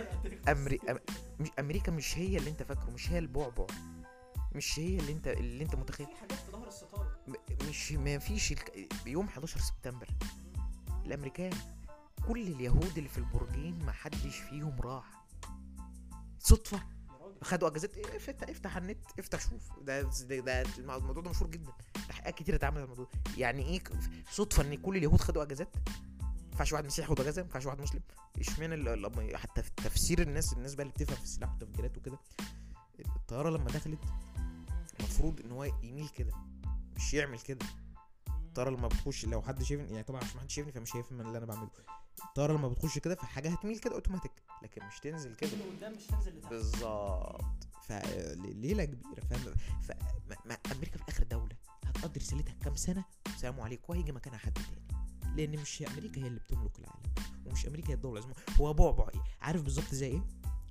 مش امريكا مش هي اللي انت فاكره، مش هي البعبع، مش هي اللي انت متخيل. في حاجات في ظهر الستاره. مش ما فيش يوم 11 سبتمبر الامريكان كل اليهود اللي في البرجين ما حدش فيهم راح صدفه، خدوا اجازات. افتح على النت، افتح شوف، ده الموضوع ده مشهور جدا، تحقيقات كتير اتعملت على الموضوع. يعني ايه صدفه ان كل اليهود خدوا اجازات؟ ما ينفعش واحد مسيحي ياخد اجازه، ما ينفعش واحد مسلم. اشمعنى حتى في تفسير الناس بقى اللي بتفهم في السلاح والتفجيرات وكده، الطياره لما دخلت المفروض ان هو يميل كده مش يعمل كده. الطياره لما بتخش، لو حد شايفني يعني طبعا عشان ما حد شايفني فمش شايف من اللي انا بعمله، الطياره لما بتخش كده فحاجه هتميل كده اوتوماتيك، لكن مش تنزل كده قدام، مش تنزل لتحت بالظبط. فليله كبيره فاهم. امريكا في الاخر دوله هتقضي رسالتها كام سنه، سلام عليكم، وهيجي مكانها حد تاني. لان مش امريكا هي اللي بتملك العالم، ومش امريكا هي الدوله. هو بعبع ايه، عارف بالظبط زي ايه؟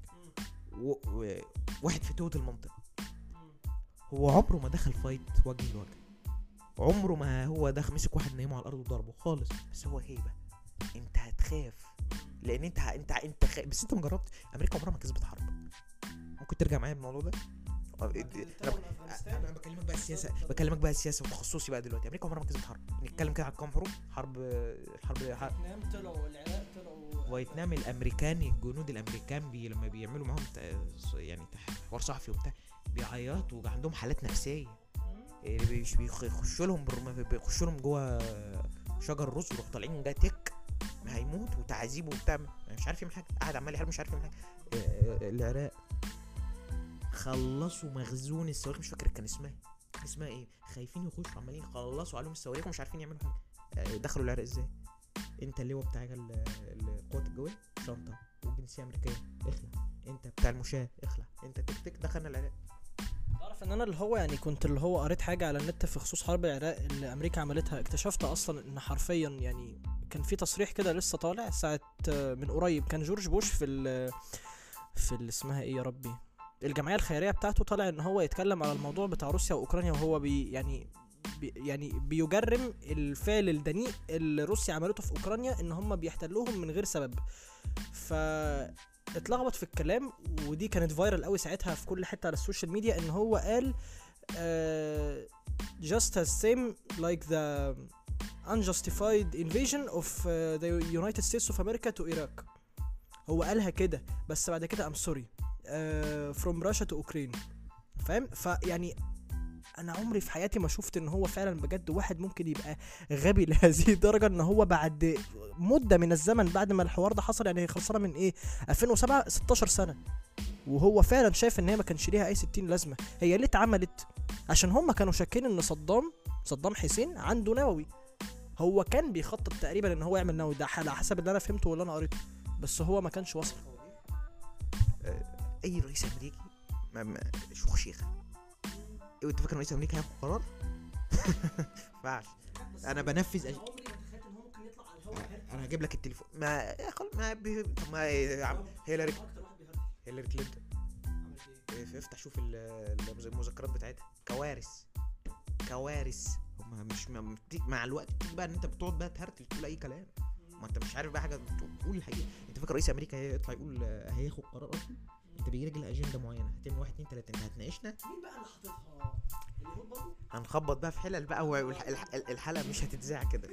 واحد في توت المنطقه، هو عمره ما دخل فايت وجه لوجه، عمره ما هو دخل مسك واحد نايمه على الارض وضربه خالص. بس هو هيبه، انت هتخاف لان انت خايف. بس انت ما جربت. امريكا عمرها ما كسبت حرب. ممكن ترجع معايا بالموضوع ده؟ انا بكلمك بقى السياسه وتخصصي بقى دلوقتي. امريكا عمرها ما كسبت حرب. نتكلم كده على كام حرب فيتنام طلعوا، العراق طلعوا، فيتنام. الامريكان الجنود الامريكان لما بيعملوا معاهم يعني حوار صحفي وبتاع بيعيطوا وعندهم حالات نفسيه. بيخشوا لهم جوه شجر الرز ويروحوا طالعين جاي تك ما هيموت وتعذيب وبتاع، مش عارف يعمل حاجه، قاعد عمال يحارب مش عارف يعمل حاجه. العراق خلصوا مخزون الصواريخ، مش فاكر كان اسمها ايه، خايفين يخشوا عمالين يخلصوا عليهم الصواريخ ومش عارفين يعملوا حاجه. دخلوا العراق ازاي؟ انت اللواء بتاع القوات الجويه شنطه وجنسيه امريكيه، اخلع. انت بتاع المشاة، اخلع. انت تك دخلنا العراق. تعرف ان انا اللي هو يعني كنت اللي هو قريت حاجه على النت في خصوص حرب العراق اللي امريكا عملتها، اكتشفت اصلا ان حرفيا يعني كان في تصريح كده لسه طالع ساعه من قريب، كان جورج بوش في اسمها ايه يا ربي، الجمعيه الخيريه بتاعته، طالع ان هو يتكلم على الموضوع بتاع روسيا واوكرانيا، وهو يعني بيجرم الفعل الدنيء اللي روسيا عملته في اوكرانيا، ان هم بيحتلوهم من غير سبب. اتلخبط في الكلام، ودي كانت فايرال قوي ساعتها في كل حته على السوشيال ميديا، ان هو قال just as same like the unjustified invasion of the United States of America to Iraq. هو قالها كده، بس بعد كده I'm sorry from Russia to Ukraine، فاهم؟ فيعني انا عمري في حياتي ما شفت ان هو فعلا بجد واحد ممكن يبقى غبي لهذه الدرجه، ان هو بعد مده من الزمن بعد ما الحوار ده حصل، يعني هي خلصانه من ايه 2007، 16 سنه، وهو فعلا شايف ان هي ما كانش ليها اي 60 لازمه. هي ليه اتعملت؟ عشان هم كانوا شاكين ان صدام حسين عنده نووي. هو كان بيخطط تقريبا ان هو يعمل نووي، ده على حسب اللي انا فهمته واللي انا قريته، بس هو ما كانش وصل. اي رئيس امريكي شيخ شيخه. انت فاكر رئيس امريكا هياخد قرار؟ فعلا انا بنفذ عمري ما تخيلت ان هو ممكن يطلع على الهواء. انا هجيب لك التليفون. ما هيلاري كلينتون افتح شوف المذكرات بتاعتها. كوارث. هما مش مع الوقت بتيجي بقى ان انت بتقعد بقى تهرتل تقول اي كلام، ما انت مش عارف بقى حاجه، تقول الحقيقه. انت فاكر رئيس امريكا يطلع يقول هياخد قرار اصلا؟ انت بيجي لك اجنده معينه، هتعمل 1 2 3، انت هتناقشنا. مين بقى اللي حاططها؟ اليهود برضه. هنخبط بقى في حلل بقى، والحلقه مش هتتذاع كده.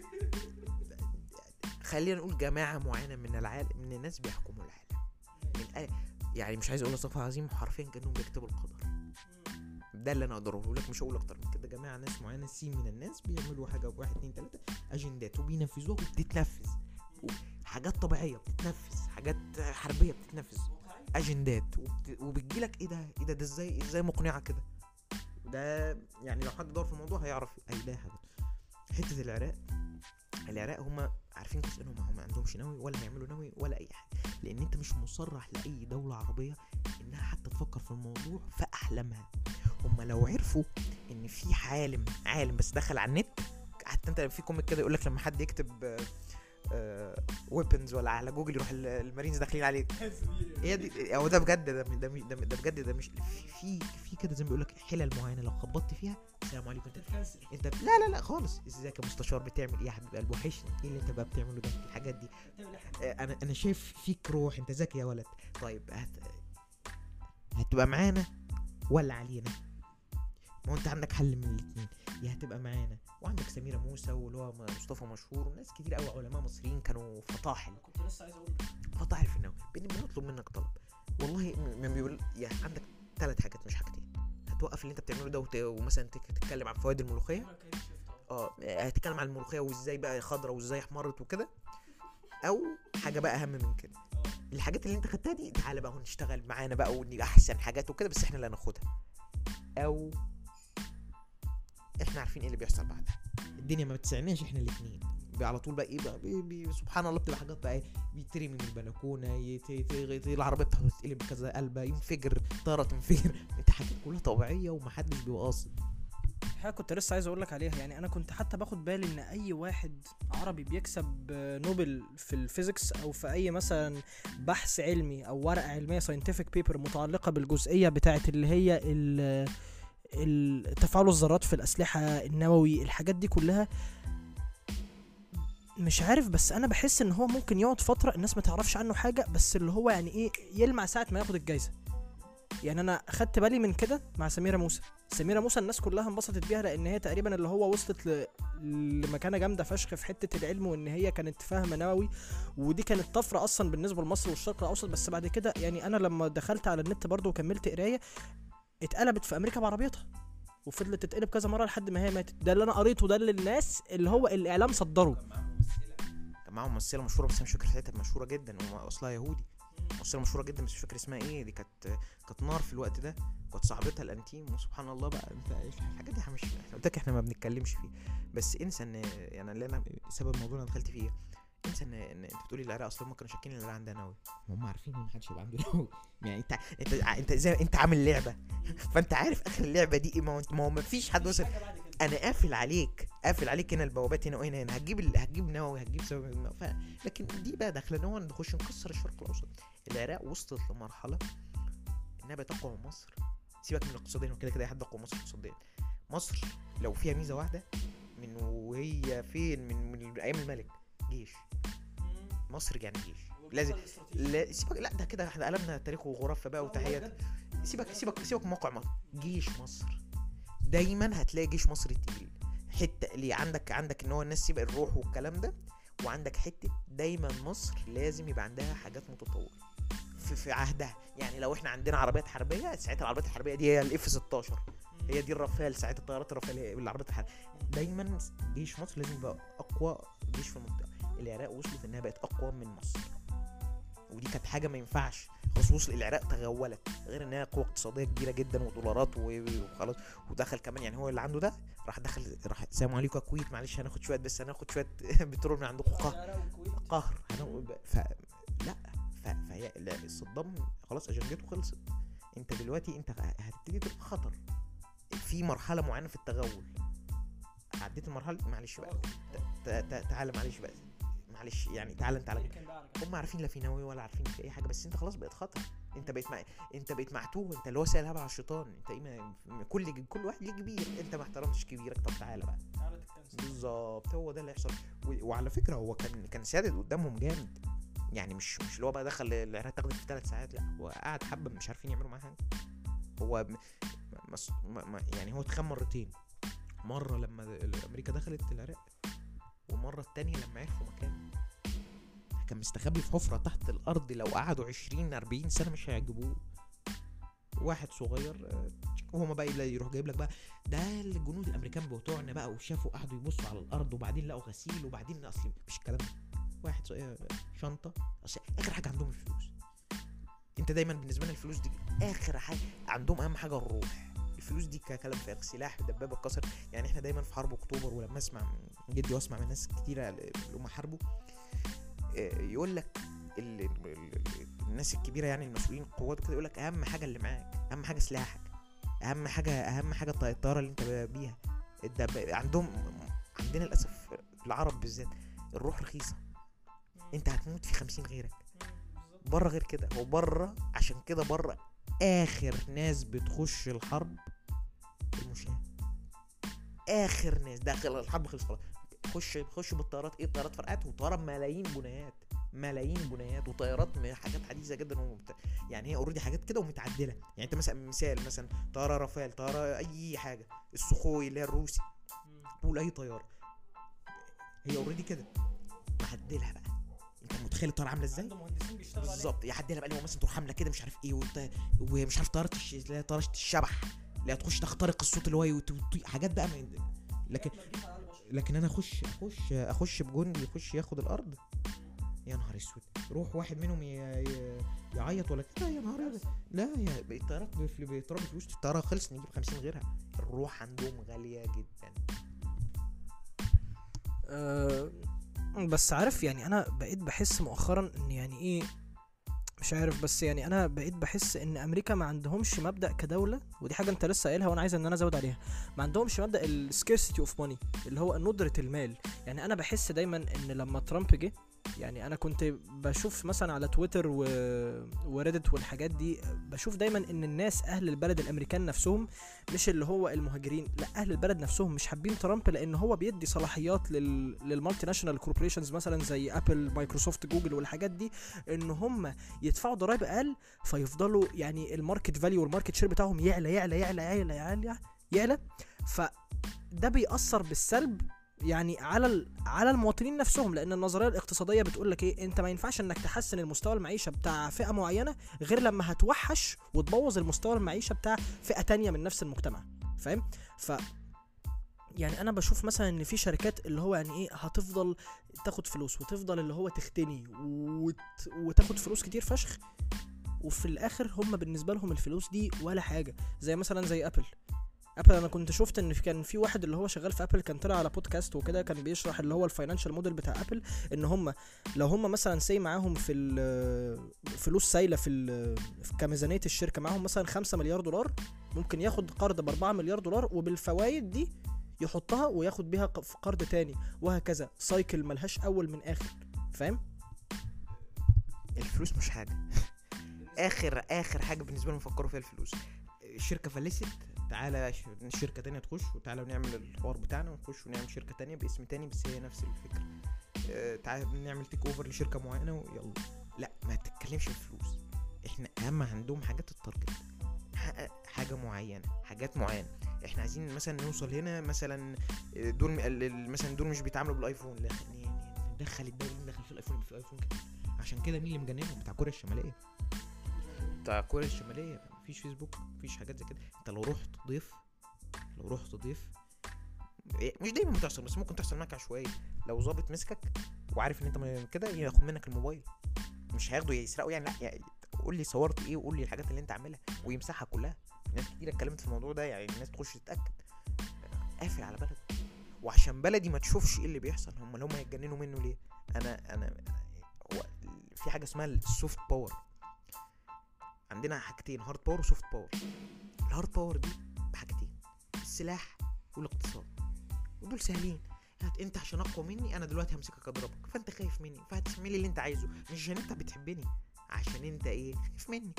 خلينا نقول جماعه معينه من العالم، من الناس بيحكموا العالم. يعني مش عايز اقول صفحة عظيم، حرفيا كانهم بيكتبوا القدر. ده اللي انا اقدر اقوله لك، مش هقول اكتر من كده. جماعه ناس معينه، سين من الناس بيعملوا حاجه بواحد اتنين تلاته، اجندات وبينفذوها وبتتنفذ، حاجات طبيعيه بتتنفذ، حاجات حربيه بتتنفذ، اجندات وبتجيلك ايه ده، ايه ده ازاي مقنعه كده. ده يعني لو حد دور في الموضوع هيعرف هيلاقي حاجه. حته العراق هم عارفين كويس انهم ما عندهمش نووي ولا هيعملوا نووي ولا اي حاجه، لان انت مش مصرح لاي دوله عربيه انها حتى تفكر في الموضوع في احلامها. هم لو عرفوا ان في عالم بس دخل على النت، حتى انت في كوميك كده يقول لك لما حد يكتب ويبنز ولا على جوجل يروح المارينز داخلين عليك. هي دي، او ده بجد، ده بجد، ده مش في كده زي ما بيقول لك حلل معينه لو خبطت فيها السلام عليكم انت لا خالص. ازيك يا مستشار، بتعمل ايه يا حبيب قلبي، وحشني، ايه اللي انت بقى بتعمله ده، الحاجات دي. انا شايف فيك روح، انت ذكي يا ولد. طيب هتبقى معانا ولا علينا؟ ما انت عندك حل من الاثنين، يا هتبقى معانا وعندك سميرة موسى واللي هو مصطفى مشهور وناس كتير قوي علماء مصريين كانوا فطاحل. كنت لسه عايز اقول فطاحل في النووي. بنطلب منك طلب والله، من بيقول يا عندك 3 حاجات مش حاجتين. هتوقف اللي انت بتعمله ده ومثلا تتكلم عن فوائد الملوخيه، هتتكلم عن الملوخيه وازاي بقى خضرة وازاي احمرت وكده، او حاجه بقى اهم من كده، الحاجات اللي انت خدتها دي تعالى بقى ونشتغل معانا بقى ونبقى احسن حاجات وكده، بس احنا اللي هناخدها، او احنا عارفين ايه اللي بيحصل بعدها. الدنيا ما بتسعناش احنا الاثنين على طول بقى ايه بقى سبحان الله بتبقى حاجات بقى ايه، بيترمي من البلكونه، العربيه بتاعته تتقلب كذا قلبه، ينفجر طاره تنفجر، انت حاجات كلها طبيعيه ومحدش بيبقى قاصد. حاجه كنت لسه عايز اقول لك عليها. يعني انا كنت حتى باخد بالي ان اي واحد عربي بيكسب نوبل في الفيزيكس او في اي مثلا بحث علمي او ورقه علميه ساينتفك بيبر متعلقه بالجزئيه بتاعه اللي هي تفاعل الذرات في الاسلحه النووي، الحاجات دي كلها، مش عارف، بس انا بحس ان هو ممكن يقعد فتره الناس ما تعرفش عنه حاجه، بس اللي هو يعني ايه يلمع ساعه ما ياخد الجايزه. يعني انا خدت بالي من كده مع سميرة موسى الناس كلها انبسطت بيها لان هي تقريبا اللي هو وصلت لمكانه جامده فشخ في حته العلم، وان هي كانت فاهمه نووي، ودي كانت طفره اصلا بالنسبه لمصر والشرق الاوسط. بس بعد كده يعني انا لما دخلت على النت برضو وكملت قرايه، اتقلبت في امريكا بعربيتها وفضلت تتقلب كذا مره لحد ما هي ماتت. ده اللي انا قريته، ده اللي الناس اللي هو الاعلام صدره. كان معاهم ممثله مشهوره بس مش فاكر ساعتها، مشهوره جدا واصلها يهودي، ممثله مشهوره جدا مش فاكر اسمها ايه، دي كانت نار في الوقت ده، كانت صاحبتها الانتيم. وسبحان الله بقى انت الحاجات دي احنا مش قلت لك احنا ما بنتكلمش فيه. بس انسى ان يعني اللي انا سبب الموضوع اللي دخلت فيه، انسى ان انت بتقولي العراق اصلا هم كانوا شاكين ان العراق عندها نووي، هم عارفين ان محدش يبقى عنده نووي. يعني انت زي انت عامل لعبه فانت عارف اخر اللعبه دي ايه. ما فيش حد وصل. انا قافل عليك هنا البوابات هنا وهنا هتجيب نووي، هتجيب سبب. لكن دي بقى داخله ان هو نخش نكسر الشرق الاوسط. العراق وصلت لمرحله انها بقت اقوى من مصر. سيبك من اقتصاديا وكده اي حد اقوى من مصر اقتصاديا. مصر لو فيها ميزه واحده من وهي فين من ايام الملك، جيش. مصر يعني جيش لازم. لا سيبك، لا ده كده احنا قلبنا تاريخ وغرفه بقى وتحيات. سيبك موقع مصر. جيش مصر دايما هتلاقي جيش مصر تقيل. حته اللي عندك ان هو الناس يبقى الروح والكلام ده، وعندك حته دايما مصر لازم يبقى عندها حاجات متطوره في عهدها. يعني لو احنا عندنا عربيات حربيه، ساعتها العربيات الحربيه دي هي الاف 16، هي دي الرافال، ساعتها الطيارات الرافال هي العربيات الحربيه. دايما جيش مصر لازم يبقى اقوى جيش في المنطقه. العراق وصلت انها بقت اقوى من مصر، ودي كانت حاجه ما ينفعش خلاص. وصل العراق تغولت، غير انها قوه اقتصاديه كبيره جدا ودولارات وخلاص. ودخل كمان يعني هو اللي عنده ده راح السلام عليكم يا كويت، معلش هناخد شويه بس هناخد شويه بترول من عندكم. قهر لا صدام خلاص اجندته خلصت. انت دلوقتي انت هتبتدي تبقى خطر في مرحله معينه في التغول. عديت المرحله معلش بقى تعالى معلش بقى معلش يعني تعالى انت على هم عارفين لا في نووي ولا عارفين في اي حاجه، بس انت خلاص بقيت خطر. انت بقيت معتوه، انت اللي هو سائل هبل على الشيطان. انت ايه كل واحد ليه كبير، انت ما احترمتش كبيرك، طب تعالى بقى بالظبط. هو ده اللي هيحصل. وعلى فكره هو كان سادد قدامهم جامد، يعني مش اللي هو بقى دخل العراق تاخد في 3 ساعات، لا هو قاعد حبه مش عارفين يعملوا معاه حاجه. هو يعني هو اتخان مرتين، مره لما امريكا دخلت العراق، والمره الثانيه لما عرفوا مكانه. كان مستخبي في حفرة تحت الارض، لو قعدوا 20-40 سنة مش هيعجبوه. واحد صغير وهما بقى يروح جايب لك بقى ده الجنود الامريكان بتوعنا بقى، وشافوا قعدوا يبصوا على الارض وبعدين لقوا غسيل وبعدين اصل مش الكلام ده. واحد صغير شنطة، اصل اخر حاجة عندهم الفلوس. انت دايما بالنسبة لنا الفلوس دي اخر حاجة عندهم، اهم حاجة الروح. الفلوس دي ككلام فارغ، سلاح دبابة اتكسر. يعني احنا دايما في حرب اكتوبر، ولما اسمع من جدي واسمع من ناس كتيرة اللي هم حاربوا، يقول لك الناس الكبيرة يعني المسؤولين القوات كده يقول لك اهم حاجة اللي معاك، اهم حاجة سلاحك، اهم حاجة الطيارة اللي انت بيها. عندنا للاسف العرب بالذات الروح رخيصة، انت هتموت في 50 غيرك. بره غير كده، هو بره عشان كده بره اخر ناس بتخش الحرب المشاة، اخر ناس داخل الحرب خلص خلاص. خش بالطيارات. ايه الطيارات فرقت، وطياره ملايين بنيات وطيارات حاجات حديثه جدا يعني هي اوريدي حاجات كده ومتعدله. يعني انت مثلا طياره رافال، طياره اي حاجه، السخوي اللي هي الروسي، قول اي طياره هي اوريدي كده معدلها بقى. انت متخيل الطياره عامله ازاي بالظبط؟ يعدلها بقى. مثلا تروح حامله كده مش عارف ايه ومش عارف طياره الشبح اللي هتخش تخترق الصوت اللي هو حاجات بقى لكن انا اخش بجندي يخش ياخد الارض، يا نهار اسود. روح واحد منهم يعيط ولا كده، يا نهار اسود. لا يا الطيارات بيضربوا فلوس، الطياره خلص نجيب 50 غيرها. الروح عندهم غاليه جدا. بس عارف يعني انا بقيت بحس مؤخرا ان يعني ايه، مش عارف، بس يعني انا بقيت بحس ان امريكا ما عندهمش مبدأ كدولة، ودي حاجة انت لسه قايلها وانا عايز ان انا ازود عليها. ما عندهمش مبدأ السكيرسيتي اوف ماني، اللي هو ندرة المال. يعني انا بحس دايما ان لما ترامب جه، يعني انا كنت بشوف مثلا على تويتر وريدت والحاجات دي، بشوف دايما ان الناس اهل البلد الامريكان نفسهم، مش اللي هو المهاجرين، لا اهل البلد نفسهم مش حابين ترامب، لان هو بيدي صلاحيات للمالتي ناشونال كوربوريشنز مثلا زي ابل، مايكروسوفت، جوجل والحاجات دي، ان هم يدفعوا ضرائب اقل، فيفضلوا يعني الماركت فاليو والماركت شير بتاعهم يعلى يعلى يعلى يعلى يعلى يعلى. فده بيأثر بالسلب يعني على المواطنين نفسهم، لان النظريه الاقتصاديه بتقول لك ايه، انت ما ينفعش انك تحسن المستوى المعيشه بتاع فئه معينه غير لما هتوحش وتبوظ المستوى المعيشه بتاع فئه تانية من نفس المجتمع، فاهم؟ يعني انا بشوف مثلا ان في شركات اللي هو يعني ايه هتفضل تاخد فلوس وتفضل اللي هو تختني وتاخد فلوس كتير فشخ، وفي الاخر هم بالنسبه لهم الفلوس دي ولا حاجه. زي مثلا زي ابل. انا كنت شفت ان كان في واحد اللي هو شغال في ابل، كان طلع على بودكاست وكده، كان بيشرح اللي هو الفاينانشال موديل بتاع ابل، ان هم لو هم مثلا سي معاهم في فلوس سايله في كميزانيه الشركه، معاهم مثلا 5 مليار دولار، ممكن ياخد قرض ب4 مليار دولار، وبالفوائد دي يحطها وياخد بيها في قرض تاني، وهكذا سايكل ملهاش اول من اخر، فاهم؟ الفلوس مش حاجه. اخر حاجه بالنسبه لهم فكروا فيها الفلوس. الشركه فلست، تعالى شركه تانية تخش، وتعالى ونعمل الحوار بتاعنا ونخش ونعمل شركه تانية باسم تاني، بس هي نفس الفكره. تعالى نعمل تيك اوفر لشركه معينه ويلا. لا ما تتكلمش في الفلوس. احنا اهم عندهم حاجات التارجت، حاجه معينه، حاجات معينه. احنا عايزين مثلا نوصل هنا، مثلا دول مش بيتعاملوا بالايفون، لا ندخل الدوري، ندخل في الايفون، في الايفون كده. عشان كده مين اللي مجننهم؟ بتاع كوريا الشماليه. مفيش فيسبوك، مفيش حاجات زي كده. انت لو رحت ضيف مش دايما بتحصل، بس ممكن تحصل معاك عشوائي. لو ظابط مسكك وعارف ان انت كده، ياخد منك الموبايل، مش هياخده يسرقه يعني، لا يعني قول لي صورت ايه، وقول لي الحاجات اللي انت عاملها، ويمسحها كلها. ناس كتير اتكلمت في الموضوع ده، يعني الناس تخش تتاكد. قافل على بلده، وعشان بلدي ما تشوفش ايه اللي بيحصل. هم يتجننوا منه ليه؟ انا في حاجه اسمها السوفت باور. عندنا حاجتين، هارد باور وسوفت باور. الهارد باور دي بحاجتين، السلاح والاقتصاد، ودول سهلين. انت عشان اقوى مني، انا دلوقتي همسكك اضربك، فانت خايف مني، فهتعمل اللي انت عايزه، مش عشان انت بتحبني، عشان انت ايه، خايف مني.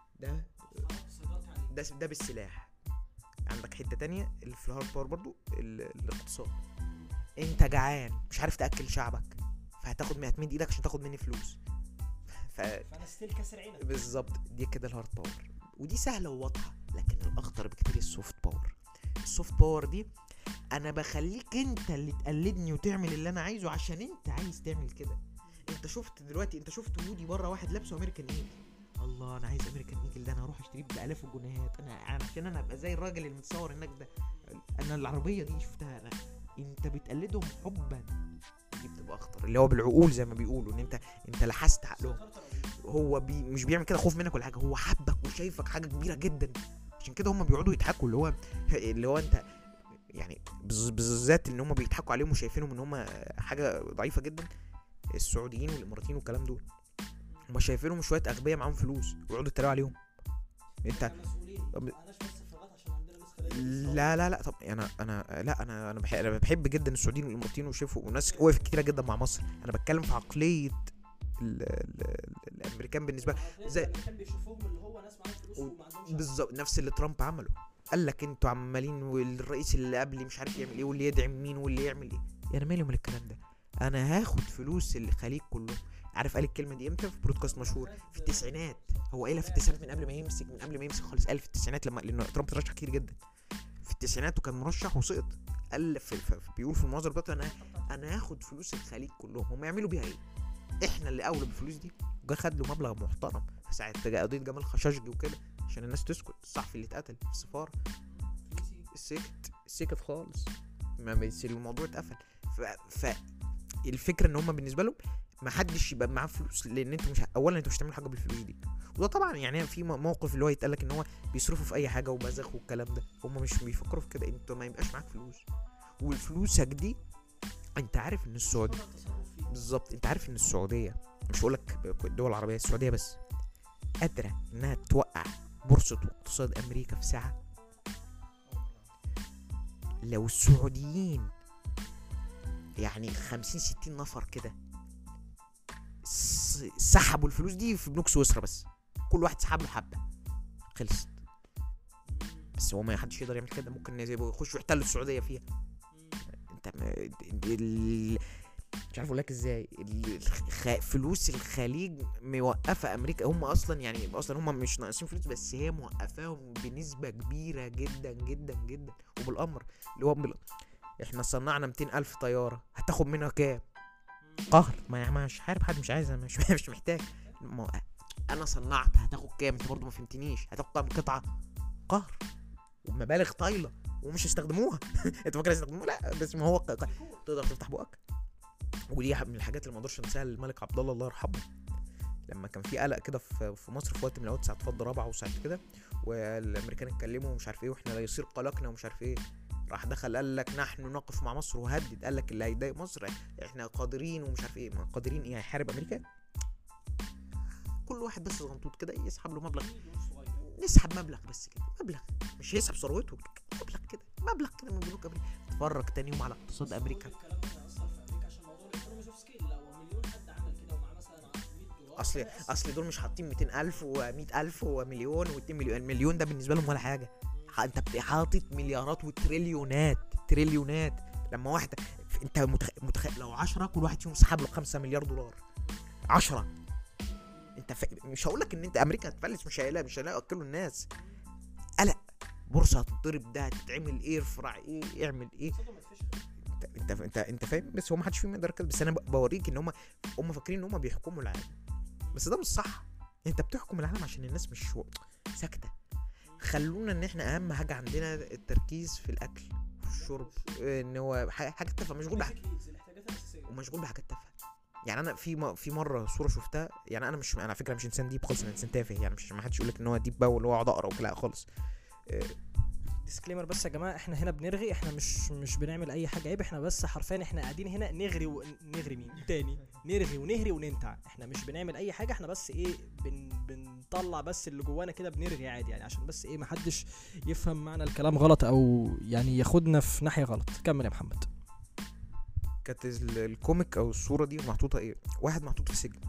ده بالسلاح. عندك حته تانية اللي في الهارد باور برضو، الاقتصاد. انت جعان مش عارف تاكل شعبك، هتمد ايدك عشان تاخد مني فلوس، فانا ستيل كسر عينك. بالظبط، دي كده الهارد باور، ودي سهله وواضحه. لكن الاخطر بكتير السوفت باور دي انا بخليك انت اللي تقلدني وتعمل اللي انا عايزه عشان انت عايز تعمل كده. انت شفت وودي بره واحد لابسه امريكان ايجل. الله انا عايز امريكان ايجل ده، انا هروح اشتريه بالاف الجنيهات، انا عشان انا ابقى زي الراجل اللي متصور هناك ده. انا العربيه دي شفتها أنا. انت بتقلدهم حبا، دي بتبقى اخطر، اللي هو بالعقول زي ما بيقولوا، ان انت لحست عقلهم. هو مش بيعمل كده خوف منك ولا حاجه، هو حبك وشايفك حاجه كبيره جدا، عشان كده هم بيقعدوا يضحكوا، اللي هو انت يعني بالذات ان هم بيضحكوا عليهم وشايفينهم ان هم حاجه ضعيفه جدا. السعوديين والاماراتيين والكلام دول هم شايفينهم شويه اغبياء معاهم فلوس ويقعدوا يتريقوا عليهم. انت لا طب انا بحب جدا السعوديين والاماراتيين وشايفوا وناس وقف كتيره جدا مع مصر. انا بتكلم في عقليه الامريكان بالنسبه زي بالظبط نفس اللي ترامب عمله. قال لك انتوا عمالين والرئيس اللي قبلي مش عارف يعمل ايه واللي يدعم مين واللي يعمل ايه. انا مالي من الكلام ده، انا هاخد فلوس الخليج كلهم. عارف قال الكلمه دي امتى؟ في برودكاست مشهور في التسعينات. هو قالها في التسعينات من قبل ما يمسك خالص. قال في التسعينات لان ترامب ترشح كتير جدا في التسعينات وكان مرشح وسقط. قال بيقول في المناظره بتاعته انا هاخد فلوس الخليج كلهم، هم يعملوا بيها ايه؟ احنا اللي اولى بالفلوس دي. وجا خد له مبلغ محترم ساعه قضيه جمال خاشقجي وكده عشان الناس تسكت. الصحفي اللي اتقتل في السفاره سكت خالص، ما بيصير الموضوع اتقفل. الفكره ان هم بالنسبه لهم ما حدش يبقى معاه فلوس، لان انتوا اولا انتوا مش هتعملوا حاجه بالفلوس دي. وده طبعا يعني في موقف اللي هو يتقال لك ان هو بيصرفوا في اي حاجه وبزخ والكلام ده. هم مش بيفكروا في كده، انتوا ما يبقاش معاك فلوس والفلوسك دي. انت عارف ان السعوديه بالظبط، انت عارف ان السعوديه مش هقول لك الدول العربيه، السعوديه بس قادره انها توقع بورصه واقتصاد امريكا في ساعه. لو السعوديين يعني 50-60 نفر كده سحبوا الفلوس دي في بنوك سويسرا بس، كل واحد سحب له حبه خلصت. بس هو ما حدش يقدر يعمل كده، ممكن يخشوا يحتلوا السعوديه فيها. انت مش عارف اقول لك ازاي. فلوس الخليج موقفه امريكا. هم اصلا يعني هم مش ناقصين فلوس، بس هي موقفاهم بنسبه كبيره جدا جدا جدا وبالامر. اللي هو احنا صنعنا 200,000 طياره، هتاخد منها كام؟ قهر. ما مش عارف، حد مش عايز، مش محتاج. انا صنعت، هتاخد كام؟ انت برضو ما فهمتنيش. هتاخد كام قطعه؟ قهر ومبالغ طايله ومش هيستخدموها. انت فاكر هيستخدموها؟ لا، بس ما هو تقدر تفتح بقك. ودي من الحاجات اللي ما اقدرش انساها الملك عبد الله يرحمه، لما كان في قلق كده في مصر في وقت من الاوقات ساعه فض رابعه وساعه كده، والامريكان اتكلموا ومش عارف ايه واحنا لا يصير قلقنا ومش عارف ايه. راح دخل قال لك نحن نقف مع مصر وهدد، قال لك اللي هيضايق مصر احنا قادرين ومش عارف ايه. ما قادرين ايه؟ هيحارب امريكا؟ كل واحد بس غنطوط كده يسحب له مبلغ، نسحب مبلغ بس كده، مبلغ مش هيسحب ثروته، مبلغ كده من بنوك امريكا. اتفرج تاني يوم على اقتصاد امريكا. اصل دول مش حاطين 200,000 و100,000 ومليون و2 مليون. المليون ده بالنسبه لهم ولا حاجه. انت حاطط مليارات وتريليونات. لما واحده انت متخيل لو 10 كل واحد فيهم سحب له 5 مليار دولار 10. انت مش هقول لك ان انت امريكا هتفلس، مش هيلاقي ياكلوا الناس. قلق، بورصه هتضرب، ده هتتعمل ايه، ارفع ايه، اعمل ايه. انت فاهم. بس هو ما حدش فيهم يقدر كده. بس انا بوريك ان هم فاكرين ان هم بيحكموا العالم، بس ده مش صح. انت بتحكم العالم عشان الناس مش ساكته. خلونا ان احنا اهم حاجه عندنا التركيز في الاكل والشرب، ان هو حاجه تافهه، ومشغول بحاجات تافهه. يعني انا في مره صوره شفتها، يعني انا على فكره مش انسان ديب خالص، انا انسان تافه. يعني مش ما حدش يقول لك ان هو ديب بقى واللي هو اقعد اقرا وكلا خالص. ديسكليمر بس يا جماعه، احنا هنا بنرغي، احنا مش بنعمل اي حاجه عيب. احنا بس حرفيا احنا قاعدين هنا نغري مين تاني، نرغي ونهري وننتع. احنا مش بنعمل اي حاجه، احنا بس ايه بنطلع بس اللي جوانا كده، بنرغي عادي يعني، عشان بس ايه محدش يفهم معنى الكلام غلط او يعني ياخدنا في ناحيه غلط. كمل يا محمد. كانت الكوميك او الصوره دي محطوطه ايه؟ واحد محطوط في سجن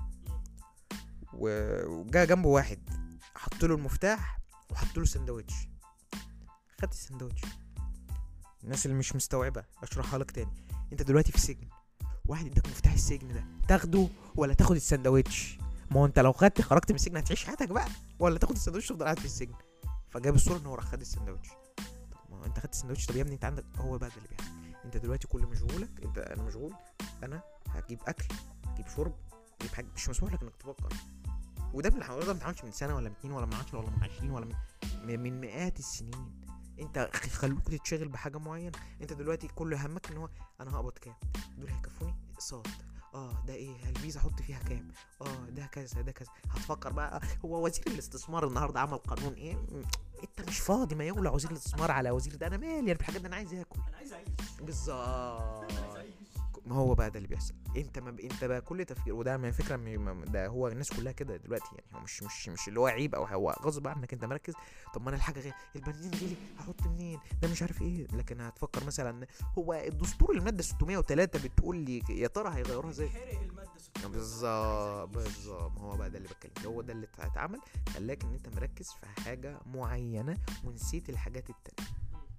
وجا جنبه واحد حط له المفتاح وحط له سندوتش. خد السندوتش. الناس اللي مش مستوعبه اشرحها لك تاني. انت دلوقتي في سجن، واحد اداك مفتاح السجن ده، تاخده ولا تاخد السندوتش؟ ما هو انت لو خرجت من السجن هتعيش حياتك بقى، ولا تاخد السندوتش وتفضل قاعد في السجن؟ فجاب الصوره ان هو راح خد السندوتش. طب ما انت خدت السندوتش، طب يا ابني انت عندك، هو بقى ده اللي بيحصل. انت دلوقتي كل مشغولك انا مشغول، انا هجيب اكل، هجيب شرب، تجيب حاجه، مش مسموح لك انك تفكر. وده من الحوار ده ما اتعملش من سنه ولا من 2 ولا من 10 ولا من 20 ولا من مئات السنين. انت خلوك تتشغل بحاجه معينه. انت دلوقتي كل همك ان هو انا هقبض كام، دول هيكفوني اقساط، ده ايه الفيزا احط فيها كام، ده كذا ده كذا. هتفكر بقى هو وزير الاستثمار النهارده عمل قانون ايه، انت مش فاضي ما يولع وزير الاستثمار على وزير ده، انا مالي بالحاجات دي، انا عايز اكل، انا عايز اعيش بالظبط. ما هو بقى ده اللي بيحصل. انت بقى كل تفكير، وده من فكره ده هو الناس كلها كده دلوقتي يعني. هو مش اللي هو عيب او هو غصب عنك انت مركز. طب ما انا الحاجه غير البنزين غلي هحط منين ده مش عارف ايه. لكن هتفكر مثلا هو الدستور الماده 603 بتقول لي يا ترى هيغيروها ازاي. بالظبط ما هو بقى ده اللي بتكلم، هو ده اللي اتعمل خلاك ان انت مركز في حاجه معينه ونسيت الحاجات التانية.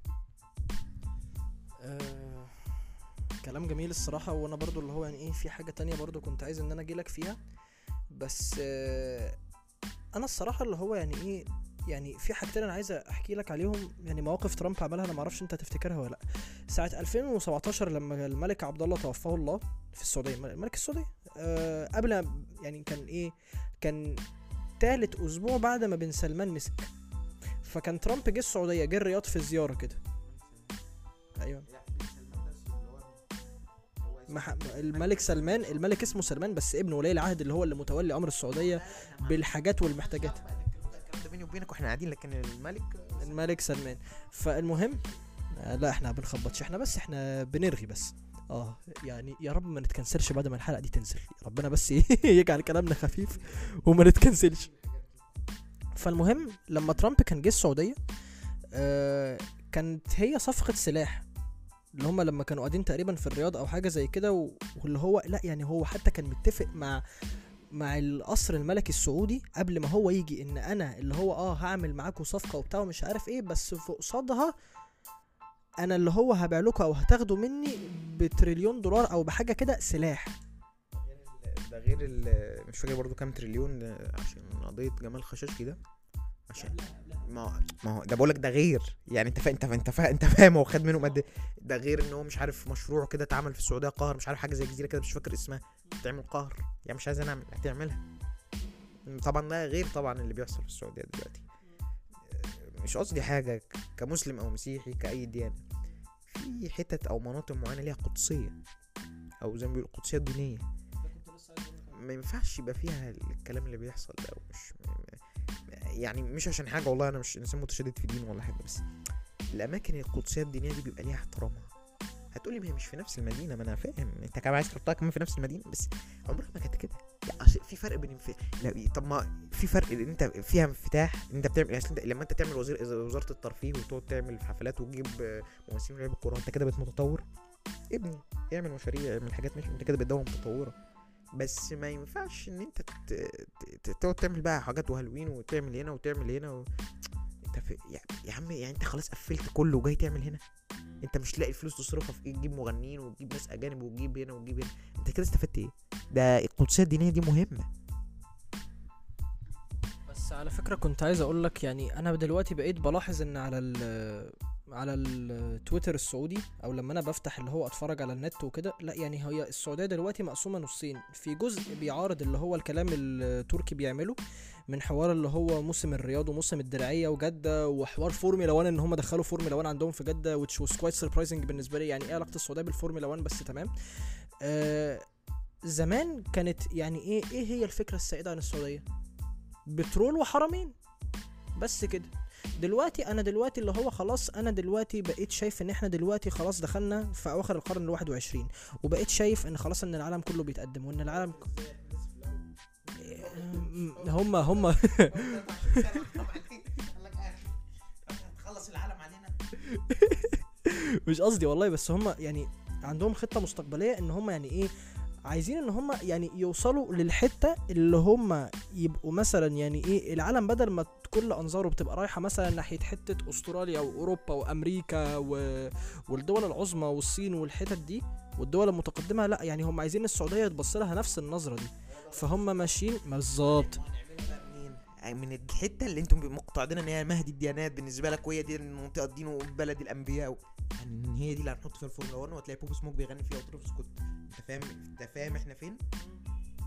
كلام جميل الصراحة. وانا برضو اللي هو يعني ايه في حاجة تانية برضو كنت عايز ان انا اجيلك فيها، بس انا الصراحة اللي هو يعني ايه يعني في حاجتين انا عايز احكي لك عليهم. يعني مواقف ترامب عملها انا معرفش انت تفتكرها ولا لا. ساعة 2017 لما الملك عبد الله توفاه الله في السعودية، الملك السعودية قبل يعني كان تالت اسبوع بعد ما بن سلمان مسك. فكان ترامب جه السعودية، جه الرياض في زيارة كده. ايوه الملك سلمان، الملك اسمه سلمان بس ابن ولي العهد اللي هو اللي متولي امر السعوديه بالحاجات والمحتاجات. ده بيني وبينك واحنا قاعدين، لكن الملك سلمان. فالمهم لا احنا بنخبطش، احنا بس احنا بنرغي بس. يعني يا رب ما نتكنسلش بعد ما الحلقه دي تنزل، ربنا بس يجعل كلامنا خفيف وما نتكنسلش. فالمهم لما ترامب كان جه السعوديه كانت هي صفقه سلاح اللي هم لما كانوا قاعدين تقريبا في الرياض او حاجه زي كده، واللي هو لا يعني هو حتى كان متفق مع القصر الملكي السعودي قبل ما هو يجي ان انا اللي هو هعمل معاكم صفقه وبتاع ومش عارف ايه، بس في قصادها انا اللي هو هبيع لكم او هتاخدوا مني بتريليون دولار او بحاجه كده سلاح. ده غير مش فاكر برضو كام تريليون عشان قضيه جمال خاشقجي ده. عشان ما هو ده بقولك ده غير يعني انت فاهم هو خد منهم قد. ده غير ان هو مش عارف مشروع كده اتعمل في السعوديه قهر، مش عارف حاجه زي جزيره كده مش فاكر اسمها، تعمل قهر يعني مش عايز انا هتعملها. طبعا ده غير طبعا اللي بيحصل في السعوديه دلوقتي. مش قصدي حاجه كمسلم او مسيحي كاي ديانه، في حتت او مناطق معينه ليها قدسيه او زي ما بيقولوا قدسيه دينيه، ما ينفعش يبقى فيها الكلام اللي بيحصل ده. ومش يعني مش عشان حاجه والله انا مش انسان متشدد في دين ولا حاجه، بس الاماكن القدسيه الدينيه دي بيبقى ليها احترامها. هتقولي ما هي مش في نفس المدينه، ما انا فاهم انت كمان عايز تحطها كمان في نفس المدينه، بس عمرها ما كانت كده. يعني في فرق بين طب ما في فرق ان انت فيها انفتاح، انت بتعمل يعني لما انت تعمل وزاره الترفيه وتقعد تعمل حفلات وتجيب ممثلين لعيبه الكوره، انت كده بقيت متطور. ابني اعمل مشاريع، اعمل حاجات ماشي، انت كده بقيت دوله متطوره. بس ما ينفعش ان انت تقعد تعمل بقى حاجات وهالوين وتعمل هنا وتعمل هنا انت يا عم يعني انت خلاص قفلت كله وجاي تعمل هنا. انت مش لاقي الفلوس تصرفها في تجيب مغنيين وتجيب ناس اجانب وتجيب هنا وتجيب هنا، انت كده استفدت ايه؟ ده القدسيه الدينيه دي مهمه. بس على فكره كنت عايز اقول لك يعني انا دلوقتي بقيت بلاحظ ان على التويتر السعودي او لما انا بفتح اللي هو اتفرج على النت وكده، لا يعني هي السعوديه دلوقتي مقسومه نصين. في جزء بيعارض اللي هو الكلام التركي بيعمله من حوار اللي هو موسم الرياض وموسم الدرعيه وجده وحوار فورمولا 1 ان هم دخلوا فورمولا 1 عندهم في جده which was quite surprising بالنسبه لي. يعني ايه علاقه السعوديه بالفورمولا 1 بس تمام. زمان كانت يعني ايه هي الفكره السائده عن السعوديه؟ بترول وحرمين بس كده. دلوقتي انا دلوقتي اللي هو خلاص انا دلوقتي بقيت شايف ان احنا دلوقتي خلاص دخلنا في اواخر القرن ال21، وبقيت شايف ان خلاص ان العالم كله بيتقدم وان العالم هم تخلص العالم علينا. مش قصدي والله، بس هم يعني عندهم خطة مستقبلية ان هم يعني ايه عايزين ان هم يعني يوصلوا للحتة اللي هم يبقوا مثلا يعني ايه العالم بدل ما كل انظاره بتبقى رايحة مثلا ناحية حتة استراليا واوروبا وامريكا والدول العظمى والصين والحتت دي والدول المتقدمة، لا يعني هم عايزين السعودية يتبص لها نفس النظرة دي. فهم ماشيين بالظبط من الحته اللي انتم مقتعدين ان هي مهدي الديانات بالنسبه لك، وهي دي المنطقه الدين وبلد الانبياء يعني هي دي اللي هنحط فيها الفورمولا 1 وهتلاقي بوب سموك بيغني فيها وترافيس سكوت. انت فاهم احنا فين؟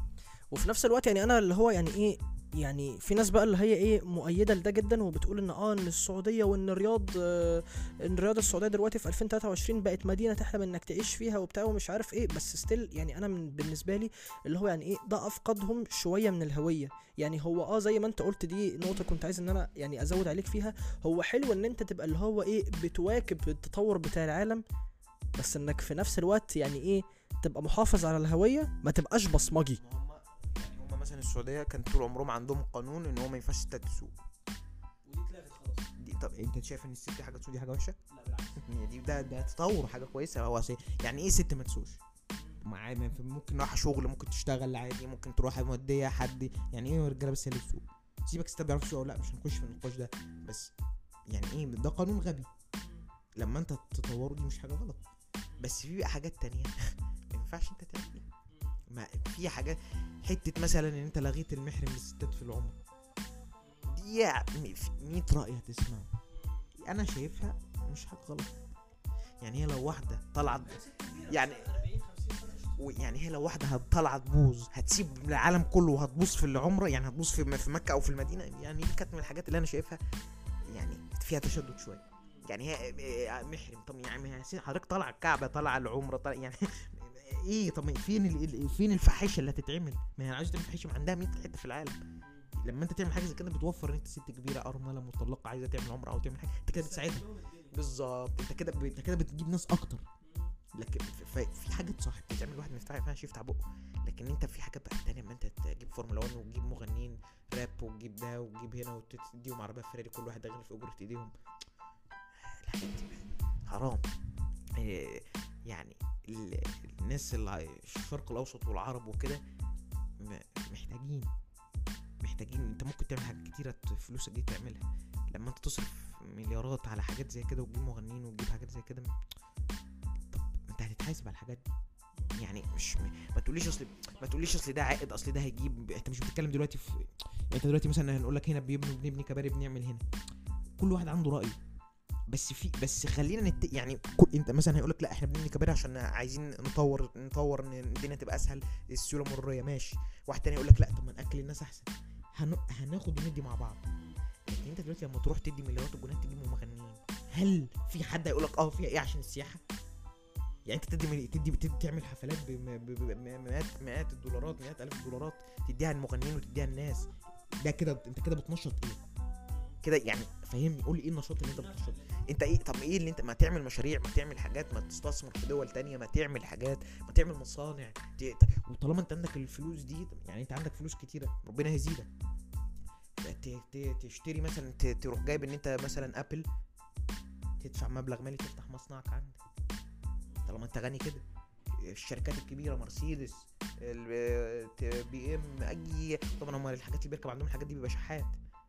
وفي نفس الوقت يعني انا اللي هو يعني ايه، يعني في ناس بقى اللي هي ايه مؤيده لده جدا، وبتقول ان ان السعوديه وان الرياض ان الرياض السعوديه دلوقتي في 2023 بقت مدينه تحلم انك تعيش فيها وبتاع ومش عارف ايه. بس ستيل يعني انا بالنسبه لي اللي هو يعني ايه ده افقدهم شويه من الهويه. يعني هو زي ما انت قلت، دي نقطه كنت عايز ان انا يعني ازود عليك فيها. هو حلو ان انت تبقى اللي هو ايه بتواكب التطور بتاع العالم، بس انك في نفس الوقت يعني ايه تبقى محافظ على الهويه، ما تبقاش بصمجي. هم مثلا السعوديه كان طول عمرهم عندهم قانون ان هو ما ينفعش ستات تسوق، ودي اتلغت خلاص. طب انت شايف ان الست دي حاجه تسوق، دي حاجه وحشه؟ لا بالعكس. ده تطور، حاجه كويسه. هو يعني ايه ست ما تسوقش؟ ممكن رايحه شغل، ممكن تشتغل عادي، ممكن تروح موديه حد، يعني ايه الرجاله بس هي اللي تسوق؟ سيبك الستات بيعرفوا يسوقوا، لا مش هنخش في النقاش ده. بس يعني ايه ده قانون غبي لما انت تطوره، دي مش حاجه غلط. بس في بقى حاجات تانية ما ينفعش انت تعملها. ما في حاجات، حته مثلا ان انت لغيت المحرم للستات في العمر، دي 100 رأي هتسمعه. انا شايفها مش حاجه غلط. يعني هي لو واحده طلعت يعني هي لو واحده طلعت بوز هتسيب العالم كله وهتبوظ في العمره، يعني هتبوظ في مكه او في المدينه. يعني دي كانت من الحاجات اللي انا شايفها يعني فيها تشدد شويه. يعني هي محرم، طب يعني حضرتك طالع الكعبه، طالع العمره، طالع يعني ايه؟ طب فين الفحيشه اللي هتتعمل؟ ما هي عايزه تعمل فحيشه، ما عندها 100 حته في العالم. لما انت تعمل حاجه زي كده بتوفر ان انت ست كبيره ارمله مطلقه عايزه تعمل عمره او تعمل حاجه، انت كده بتساعدها. بالظبط، انت كده بتجيب ناس اكتر. لكن في حاجات صح بتعمل واحد ما ينفعش يفتح بقه. لكن انت في حاجات بقى تانية، لما انت تجيب فورمولا 1 وتجيب مغنيين راب وتجيب ده وتجيب هنا وتديهم عربيه فيراري كل واحد يغني في اجره ايديهم، الحاجات دي حرام. يعني الناس اللي في الشرق الاوسط والعرب وكده محتاجين انت ممكن تعمل حاجات كتيره فلوسك دي تعملها. لما انت تصرف مليارات على حاجات زي كده وتجيب مغنيين وتجيب حاجات زي كده، طب انت هتتحاسب على الحاجات دي. يعني مش ما تقوليش اصل ده عائد، اصل ده هيجيب. انت مش بتتكلم دلوقتي في يعني انت دلوقتي مثلا هنقول لك هنا بنبني كباري، بنعمل هنا، كل واحد عنده راي. بس خلينا يعني انت مثلا هيقول لك لا احنا بنبني كباري عشان عايزين نطور ان الدنيا تبقى اسهل، السيوله مروريه، ماشي. واحد تاني يقول لك لا طب ما ناكل الناس احسن، هناخد وندي مع بعض. لكن انت دلوقتي لما تروح تدي مليارات الجنيهات تجيب مغنيين، هل في حد هيقول لك فيها ايه عشان السياحه؟ يعني انت تدي تعمل حفلات بمئات الدولارات، مئات الف الدولارات تديها للمغنيين وتديها للناس، ده كده انت كده بتنشط ايه كده؟ يعني فاهمني؟ قول لي ايه النشاط اللي انت بتنشط؟ انت ايه؟ طب ايه اللي انت ما تعمل مشاريع، ما تعمل حاجات، ما تستثمر في دول تانية، ما تعمل حاجات، ما تعمل مصانع وطالما انت عندك الفلوس دي، يعني انت عندك فلوس كتيره ربنا هيزيدك، تشتري مثلا، تروح جايب ان انت مثلا ابل تدفع مبلغ مالي تفتح مصنعك عندك طالما انت غني كده. الشركات الكبيره مرسيدس، بي ام، اي طبعا هم الحاجات اللي بيركب عندهم الحاجات دي بيبقى شحات،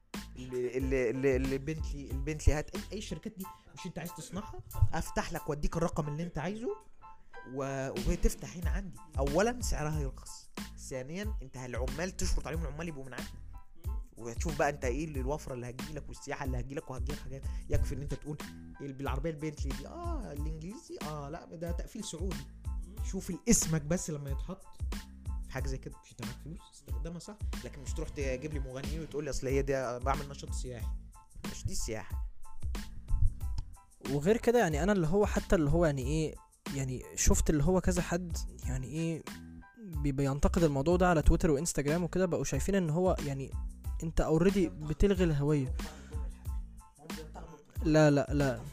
البنتلي هات اي الشركات دي مش انت عايز تصنعها؟ افتح لك واديك الرقم اللي انت عايزه وتفتح هنا عندي. اولا سعرها يرخص، ثانيا انت العمال تشرط عليهم العمال يبقوا من عندك، وتشوف بقى انت ايه الوفره اللي هتجيلك والسياحه اللي هتجيلك وهتجيلك حاجات. يكفي ان انت تقول بالعربيه البنتلي دي الانجليزي لا ده تقفيل سعودي. شوف اسمك بس لما يتحط في حاجه زي كده، مش انت معاك فلوس استخدمها صح. لكن مش تروح تجيب لي مغنيين وتقول لي اصل هي دي بعمل نشاط سياحي، مش دي السياحه. وغير كده يعني انا اللي هو حتى اللي هو يعني ايه، يعني شفت اللي هو كذا حد يعني ايه بينتقد الموضوع ده على تويتر وانستجرام وكده، بقوا شايفين ان هو يعني انت اوريدي بتلغي الهويه. لا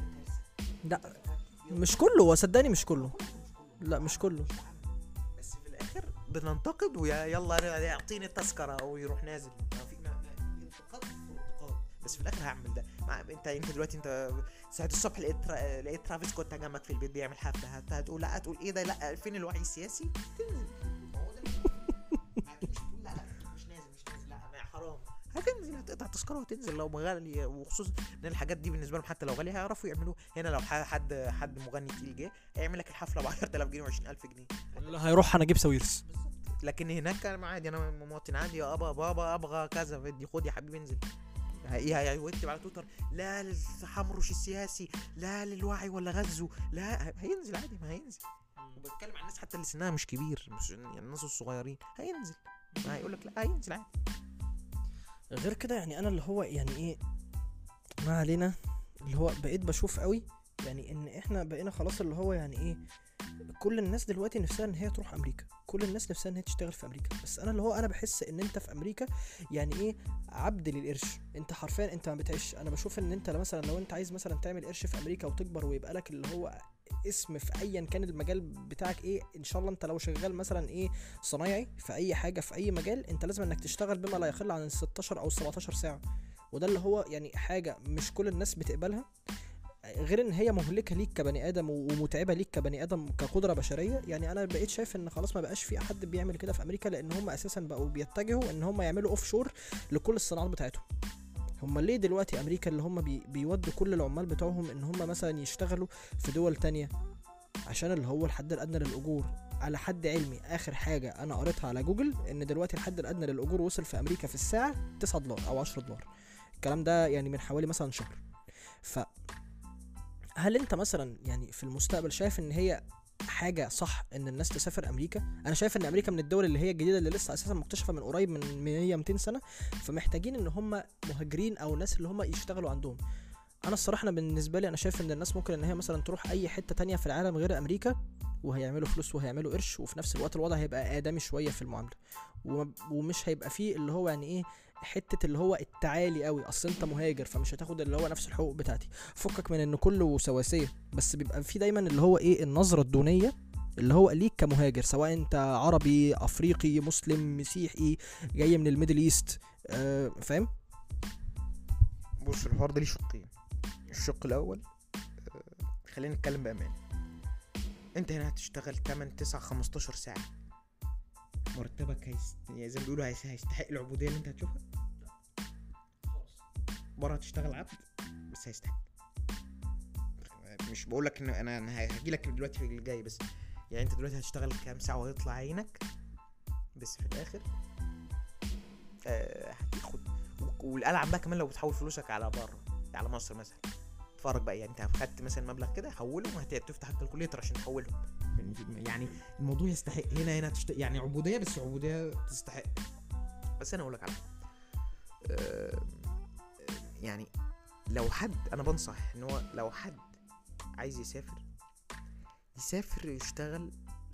مش كله، وصدقني مش كله، لا مش كله. بس في الاخر بننتقد يلا يعطيني التذكره ويروح نازل، في انتقاد بس في الاخر هعمل ده. انت دلوقتي انت ساعه الصبح لقيت ترافيس سكوت جنبك في البيت بيعمل حفله، هتقول لا، هتقول ايه ده؟ لا فين الوعي السياسي؟ تنزل. هو ده مش تقول لا مش نازل، لا حرام. هتنزل، هتقطع تذكره وتنزل لو غالي، وخصوصا ان الحاجات دي بالنسبه لهم حتى لو غاليه هيعرفوا يعملوها. هنا لو حد مغني تقيل جه هيعمل لك الحفله ب 10000 جنيه و20000 جنيه، لا هيروح انا اجيب ساويرس. لكن هناك انا عادي، انا مواطن عادي، يا بابا ابغى كذا فيديو، خد يا حبيبي انزل. هيكتب على تويتر لا للتحمرش السياسي، لا للوعي ولا غزو، لا هينزل عادي، ما هينزل. وبتكلم عن الناس حتى اللي سنها مش كبير، مش يعني الناس الصغيرين، هينزل ما هيقول لك لا ينزل عادي. غير كده يعني انا اللي هو يعني ايه، ما علينا، اللي هو بقيت بشوف قوي يعني ان احنا بقينا خلاص اللي هو يعني ايه، كل الناس دلوقتي نفسها ان هي تروح امريكا، كل الناس نفسها ان هي تشتغل في امريكا. بس انا اللي هو انا بحس ان انت في امريكا يعني ايه، عبد للقرش. انت حرفيا انت ما بتعيش. انا بشوف ان انت مثلا لو انت عايز مثلا تعمل قرش في امريكا وتكبر ويبقى لك اللي هو اسم في ايا كان المجال بتاعك ايه، ان شاء الله انت لو شغال مثلا ايه صنايعي في اي حاجه في اي مجال، انت لازم انك تشتغل بما لا يقل عن 16 او 17 ساعه. وده اللي هو يعني حاجه مش كل الناس بتقبلها، غير ان هي مهلكه ليك كبني ادم ومتعبه ليك كبني ادم كقدره بشريه. يعني انا بقيت شايف ان خلاص ما بقاش في حد بيعمل كده في امريكا، لان هم اساسا بقوا بيتجهوا ان هم يعملوا اوف شور لكل الصناعات بتاعتهم. هم ليه دلوقتي امريكا اللي هم بيودوا كل العمال بتوعهم ان هم مثلا يشتغلوا في دول تانية؟ عشان اللي هو الحد الادنى للاجور، على حد علمي اخر حاجه انا قريتها على جوجل ان دلوقتي الحد الادنى للاجور وصل في امريكا في الساعه $9 او $10. الكلام ده يعني من حوالي مثلا شهر. ف هل انت مثلا يعني في المستقبل شايف ان هي حاجه صح ان الناس تسافر امريكا؟ انا شايف ان امريكا من الدول اللي هي الجديده اللي لسه اساسا مكتشفه من قريب، من 100 200 سنه، فمحتاجين ان هم مهاجرين او ناس اللي هم يشتغلوا عندهم. انا الصراحه انا بالنسبه لي انا شايف ان الناس ممكن ان هي مثلا تروح اي حته تانية في العالم غير امريكا، وهيعملوا فلوس وهيعملوا قرش، وفي نفس الوقت الوضع هيبقى ادمي شويه في المعامله، ومش هيبقى فيه اللي هو يعني ايه حته اللي هو التعالي قوي. اصل انت مهاجر فمش هتاخد اللي هو نفس الحقوق بتاعتي. فكك من ان كله سواسيه، بس بيبقى في دايما اللي هو ايه النظره الدونيه اللي هو ليك كمهاجر، سواء انت عربي افريقي مسلم مسيحي جاي من الميدل ايست. فاهم؟ بص الحوار ده ليه شقين. الشق الاول خلينا نتكلم بامان. انت هنا هتشتغل 8 9 15 ساعه، مرتبك يعني زي ما بيقولوا هيستحق العبوديه اللي انت هتشوفها. بره هتشتغل عبد بس هيستحق. مش بقولك ان انا هجيلك دلوقتي في اللي جاي، بس يعني انت دلوقتي هتشتغل كام ساعه وهيطلع عينك، بس في الاخر هتاخد. والألعب بقى كمان لو بتحول فلوسك على بره على مصر مثلا، اتفرج بقى يعني انت خدت مثلا مبلغ كده حولهم، هتفتح الكالكوليتر عشان تحولهم. يعني الموضوع يستحق. هنا يعني عبوديه، بس عبوديه تستحق. بس انا اقول لك على يعني لو حد، انا بنصح ان هو لو حد عايز يسافر يشتغل،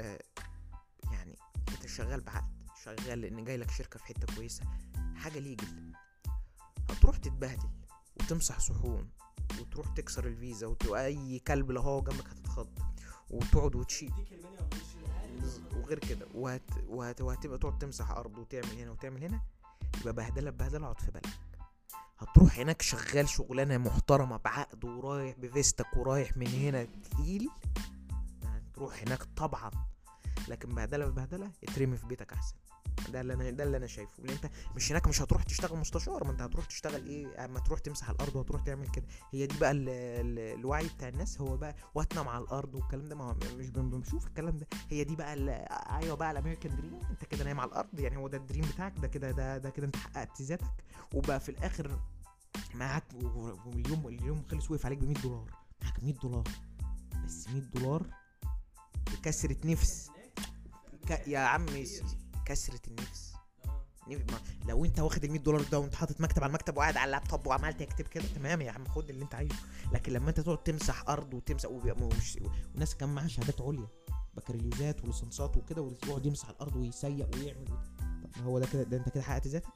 يعني انت شغال بعقد، شغال لان جاي لك شركه في حته كويسه، حاجه ليجل، هتروح تتبهدل وتمسح صحون وتروح تكسر الفيزا واي كلب لو هو جنبك هتتخض وتقعد وتشيل وغير كده، وهتبقى تقعد تمسح ارض وتعمل هنا وتعمل هنا، يبقى بهدله. اقعد في بالك. هتروح هناك شغال شغلانه محترمه بعقد ورايح بفيستك ورايح من هنا تقيل، هتروح هناك طبعا، لكن بهدله اترمي في بيتك احسن. ده اللي انا شايفه. لان انت مش هناك مش هتروح تشتغل مستشار، ما انت هتروح تشتغل ايه؟ اما تروح تمسح الارض وهتروح تعمل كده. هي دي بقى الوعي بتاع الناس، هو بقى وهتنام على الارض والكلام ده، ما مش بنشوف الكلام ده. هي دي بقى ايوه بقى الامريكان دريم، انت كده نايم على الارض، يعني هو ده الدريم بتاعك، ده كده ده كده انت حققت ذاتك، وبقى في الاخر معاك واليوم خلص وقف عليك ب$100. معاك $100 بس، $100 بكسرة نفس يا عمي، كسرة النفس. لو انت واخد $100 ده وانت حاطط مكتب على المكتب وقاعد على اللابتوب وعمال تكتب كده، تمام يا عم، خد اللي انت عايزه. لكن لما انت تقعد تمسح ارض وتمسح والناس كمان معاها شهادات عليا، بكالوريوسات وليسانسات وكده، ويقعد يمسح الارض ويسيق ويعمل، طب هو ده كده، ده انت كده حققت ذاتك؟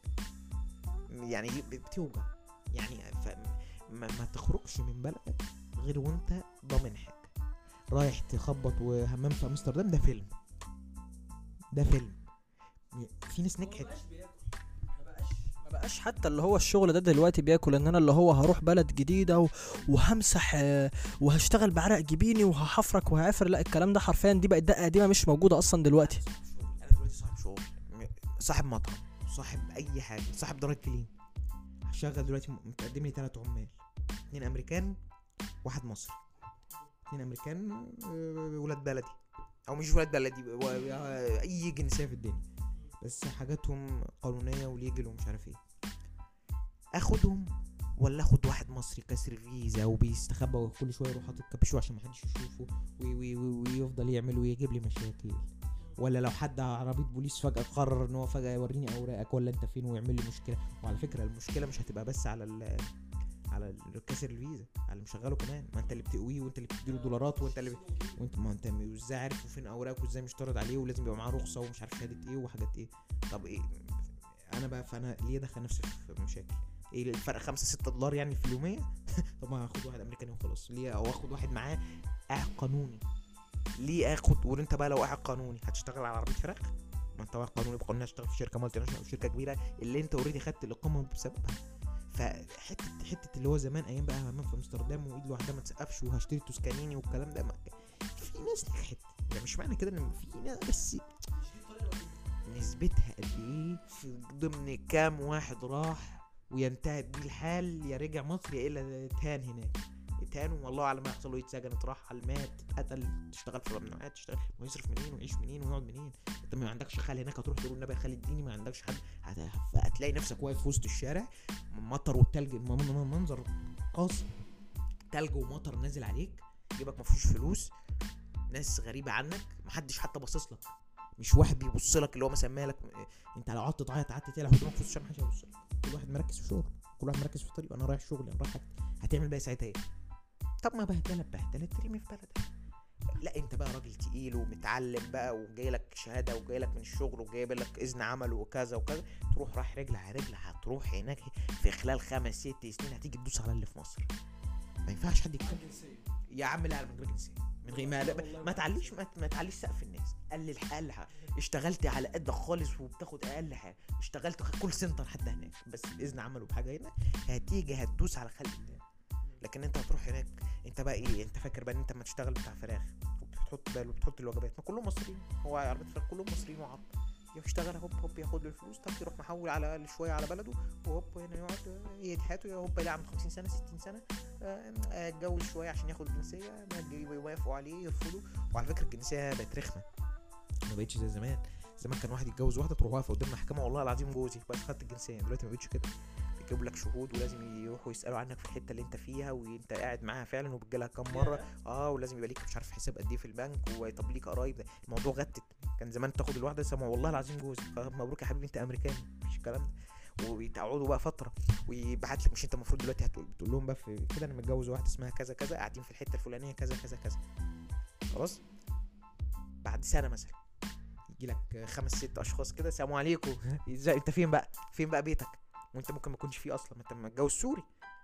يعني بتوجع يعني. ما تخرجش من بلدك غير وانت ضامن حاجه. رايح تخبط وهمام في امستردام، ده فيلم. في ناس نجحت. ما بقاش حتى اللي هو الشغل ده دلوقتي بياكل ان انا اللي هو هروح بلد جديده وهمسح وهشتغل بعرق جبيني وهحفرك وهعفر. لا، الكلام ده حرفيا دي بقت دقه قديمه مش موجوده اصلا دلوقتي. انا دلوقتي صاحب شغل، صاحب مطعم، صاحب اي حاجه، صاحب دراج كلين، هشغل دلوقتي متقدم لي 3 عمال، 2 امريكان 1 مصري. 2 امريكان ولاد بلدي او مش ولاد بلدي، اي جنسيه في الدنيا، بس حاجاتهم قانونيه وليجل ومش عارف ايه. اخدهم ولا اخد واحد مصري كسر فيزا وبيستخبى وكل شويه يروح حاطط كابشو عشان ما حدش يشوفه ويفضل يعمل ويجيب لي مشاكل، ولا لو حد عربيه بوليس فجاه قرر ان هو فجاه يوريني اوراقك ولا انت فين ويعمل لي مشكله. وعلى فكره المشكله مش هتبقى بس على كاسر الفيزا، على اللي مشغله كمان. ما انت اللي بتقويه وانت اللي بتديله دولارات وانت اللي وانت ما انت ازاي عارف وفين اوراقه وازاي مشترط عليه ولازم يبقى معاه رخصه ومش عارف شهاده ايه وحاجات ايه. طب ايه انا بقى؟ فانا ليه دخل نفسي في مشاكل؟ ايه الفرق 5-6 دولار يعني في اليوميه؟ طب ما اخد واحد امريكاني وخلاص ليه؟ او اخد واحد معاه قاعد قانوني ليه اخد؟ وانت بقى لو قاعد قانوني هتشتغل على عربيه فراخ؟ ما انت واحد قانوني بقانون هتشتغل في شركه مالتي ناشونال او شركه كبيره اللي انت اوريدي خدت الاقامه بسببها. فحته اللي هو زمان ايام بقى همام في امستردام وايد لوحدها ما تسقفش وهشتري توسكانيني والكلام ده في ناس نجحت يعني. مش معنى كده ان في ناس بس نسبتها قد ايه في ضمن كام واحد راح وينتهي بيه الحال يا رجع مصر يا الا اتهان هناك. اتهان والله على ما يحصل له يتسجن اترحل مات اتقتل تشتغل في الممنوعات تشتغل ويصرف منين ويعيش منين ويقعد منين؟ انت ما عندكش خال هناك هتروح تقول النبي خالد اديني ما عندكش حد هتلاقي نفسك واقف في وسط الشارع مطر والتلج منظر قاسي تلج ومطر نازل عليك جيبك مفيهوش فلوس ناس غريبه عنك محدش حتى باصص لك مش واحد بيبص لك اللي هو مثلا مالك انت لو قعدت تعيط قعدت تلعب قدامك في الشارع محدش هيبص لك كل واحد مركز في شغله كل واحد مركز في طريقه انا رايح شغلي انا رايح هتعمل بقى ساعتها ايه؟ طب ما بهدله ترمي في بلدك. لا انت بقى راجل تقيل ومتعلم بقى وجاي لك شهاده وجاي لك من الشغل وجايب لك اذن عمل وكذا وكذا تروح رايح رجل على رجل هتروح هناك في خلال 5-6 سنين هتيجي تدوس على اللي في مصر. ما ينفعش حد يتكلم يا عم لا من غير جنسيه من غير ما تعليش ما تعليش سقف الناس قلل اشتغلت على قدك خالص وبتاخد اقل حاجه اشتغلت كول سنتر حتى هناك بس باذن عمل وبحاجه هنا هتيجي هتدوس على خلق الله. لكن انت هتروح هناك انت بقى ايه؟ انت فاكر بقى ان انت ما تشتغل بتاع فراخ وبتحط بال وبتحط الوجبات ما كلهم مصريين هو عربيه فراخ كلهم مصريين وعرب يشتغل هوب ياخد له الفلوس طب يروح محول على شويه على بلده وهوب هنا يقعد يدي حياته هوب يلاقي عنده 50 سنه 60 سنه اتجوز شويه عشان ياخد الجنسيه ما يوافقوا عليه يرفضوا. وعلى فكره الجنسيه بقت رخمه ما بقتش زي زمان كان واحد يتجوز واحده تروح واقفه قدام المحكمه والله العظيم جوزي بس خدت الجنسيه. دلوقتي ما بقتش كده بيجيبوا لك شهود ولازم يروحوا يسالوا عنك في الحته اللي انت فيها وانت قاعد معاها فعلا وبتجيلها كام مره ولازم يبقى ليك مش عارف حساب قد ايه في البنك وطب ليك قرايب. الموضوع غتت كان زمان تاخد الواحده سمع والله العظيم جوزي مبروك يا حبيبي انت امريكاني مفيش الكلام ده ويتقعدوا بقى فتره ويبعت لك مش انت المفروض دلوقتي بتقول لهم بقى في كده انا متجوز واحده اسمها كذا كذا قاعدين في الحته الفلانيه كذا كذا كذا خلاص بعد سنه مثلا يجي لك 5-6 اشخاص كده السلام عليكم ازاي انت فين بقى بيتك وانت ممكن ما تكونش فيه اصلا ما انت متجوز سوري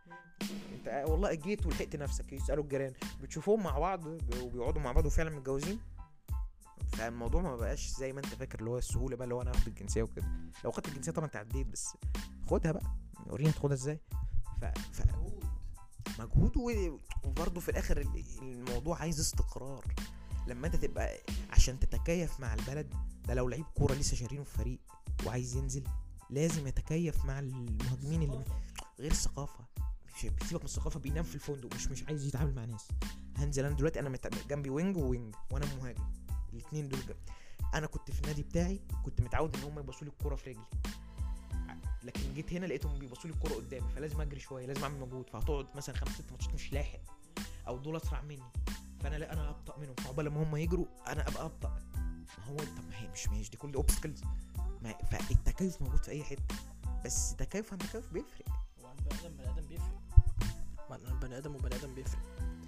انت والله جيت ولحقت نفسك يسالوا الجيران بتشوفوهم مع بعض وبيقعدوا مع بعض وفعلا متجوزين. فالموضوع ما بقاش زي ما انت فاكر اللي هو السهوله بقى اللي هو انا اخد الجنسيه وكده. لو خدت الجنسيه طبعا انت عديت بس خدها بقى وريني هتاخدها ازاي. مجهود وبرضه في الاخر الموضوع عايز استقرار لما انت تبقى عشان تتكيف مع البلد ده. لو لعيب كوره لسه شارينه في فريق وعايز ينزل لازم يتكيف مع المهاجمين اللي غير الثقافه سيبك من الثقافه بينام في الفندق مش عايز يتعامل مع ناس. هنزل انا دلوقتي انا جنبي وينج وانا مهاجم الاثنين دول انا كنت في النادي بتاعي كنت متعود ان هم يبصوا لي الكوره في رجلي لكن جيت هنا لقيتهم بيبصوا لي الكوره قدامي فلازم اجري شويه لازم اعمل مجهود فهتقعد مثلا 5-6 ماتشات مش لاحق او دول اسرع مني فانا لا انا ابطا منهم فعقبال لما هم يجروا انا ابقى ابطا. ما هو طب ما هي مش دي كل اوبستكلز فالتكيف موجود في اي حته بس تكيف عن تكيف بيفرق وعن بني ادم بيفرق عن بني ادم وبني ادم بيفرق.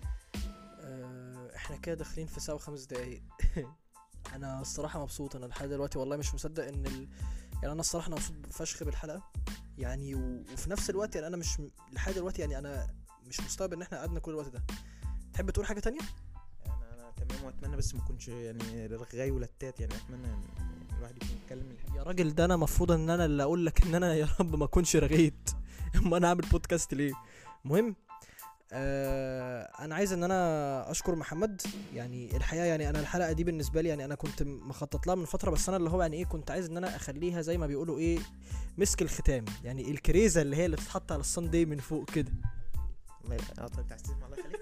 احنا كده داخلين في ساعه و5 دقايق. انا الصراحه مبسوط انا لحد دلوقتي والله مش مصدق ان يعني انا الصراحه انا مبسوط فشخ بالحلقه يعني وفي نفس الوقت يعني انا مش لحد دلوقتي يعني انا مش مستوعب ان احنا قعدنا كل الوقت ده. تحب تقول حاجه تانية؟ انا تمام واتمنى بس ما اكونش يعني رغاي ولتات يعني اتمنى ان الواحد يكون يتكلم يا راجل ده انا مفروض ان انا اللي اقول لك ان انا يا رب ما اكونش رغيت اما انا اعمل بودكاست ليه. مهم انا عايز ان انا اشكر محمد يعني الحقيقه يعني انا الحلقه دي بالنسبه لي يعني انا كنت مخطط لها من فتره بس انا اللي هو يعني ايه كنت عايز ان انا اخليها زي ما بيقولوا ايه مسك الختام يعني الكريزه اللي هي اللي بتتحط على الصندي من فوق كده. طيب تعستسمع الله يخليك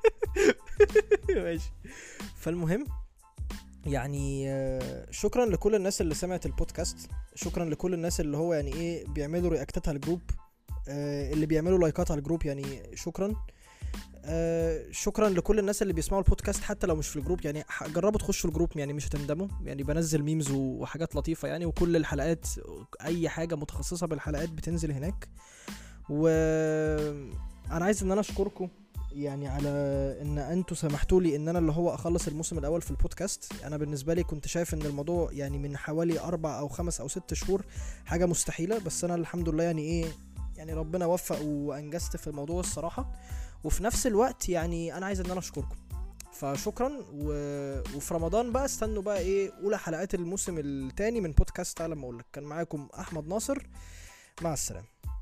ماشي. فالمهم يعني شكرا لكل الناس اللي سمعت البودكاست شكرا لكل الناس اللي هو يعني ايه بيعملوا رياكتات على الجروب اللي بيعملوا لايكات على الجروب يعني شكرا. شكرا لكل الناس اللي بيسمعوا البودكاست حتى لو مش في الجروب، يعني جربوا تخشوا الجروب، يعني مش هتندموا، يعني بنزل ميمز وحاجات لطيفة يعني، وكل الحلقات اي حاجة متخصصة بالحلقات بتنزل هناك. وانا عايز ان انا اشكركم يعني على ان انتوا سمحتوا لي ان انا اللي هو اخلص الموسم الاول في البودكاست. انا بالنسبه لي كنت شايف ان الموضوع يعني من حوالي 4 أو 5 أو 6 شهور حاجه مستحيله، بس انا الحمد لله يعني ايه، يعني ربنا وفق وانجزت في الموضوع الصراحه. وفي نفس الوقت يعني انا عايز ان انا اشكركم، فشكرا. وفي رمضان بقى استنوا بقى ايه اولى حلقات الموسم الثاني من بودكاست. لما اقول لك كان معاكم احمد ناصر، مع السلامه.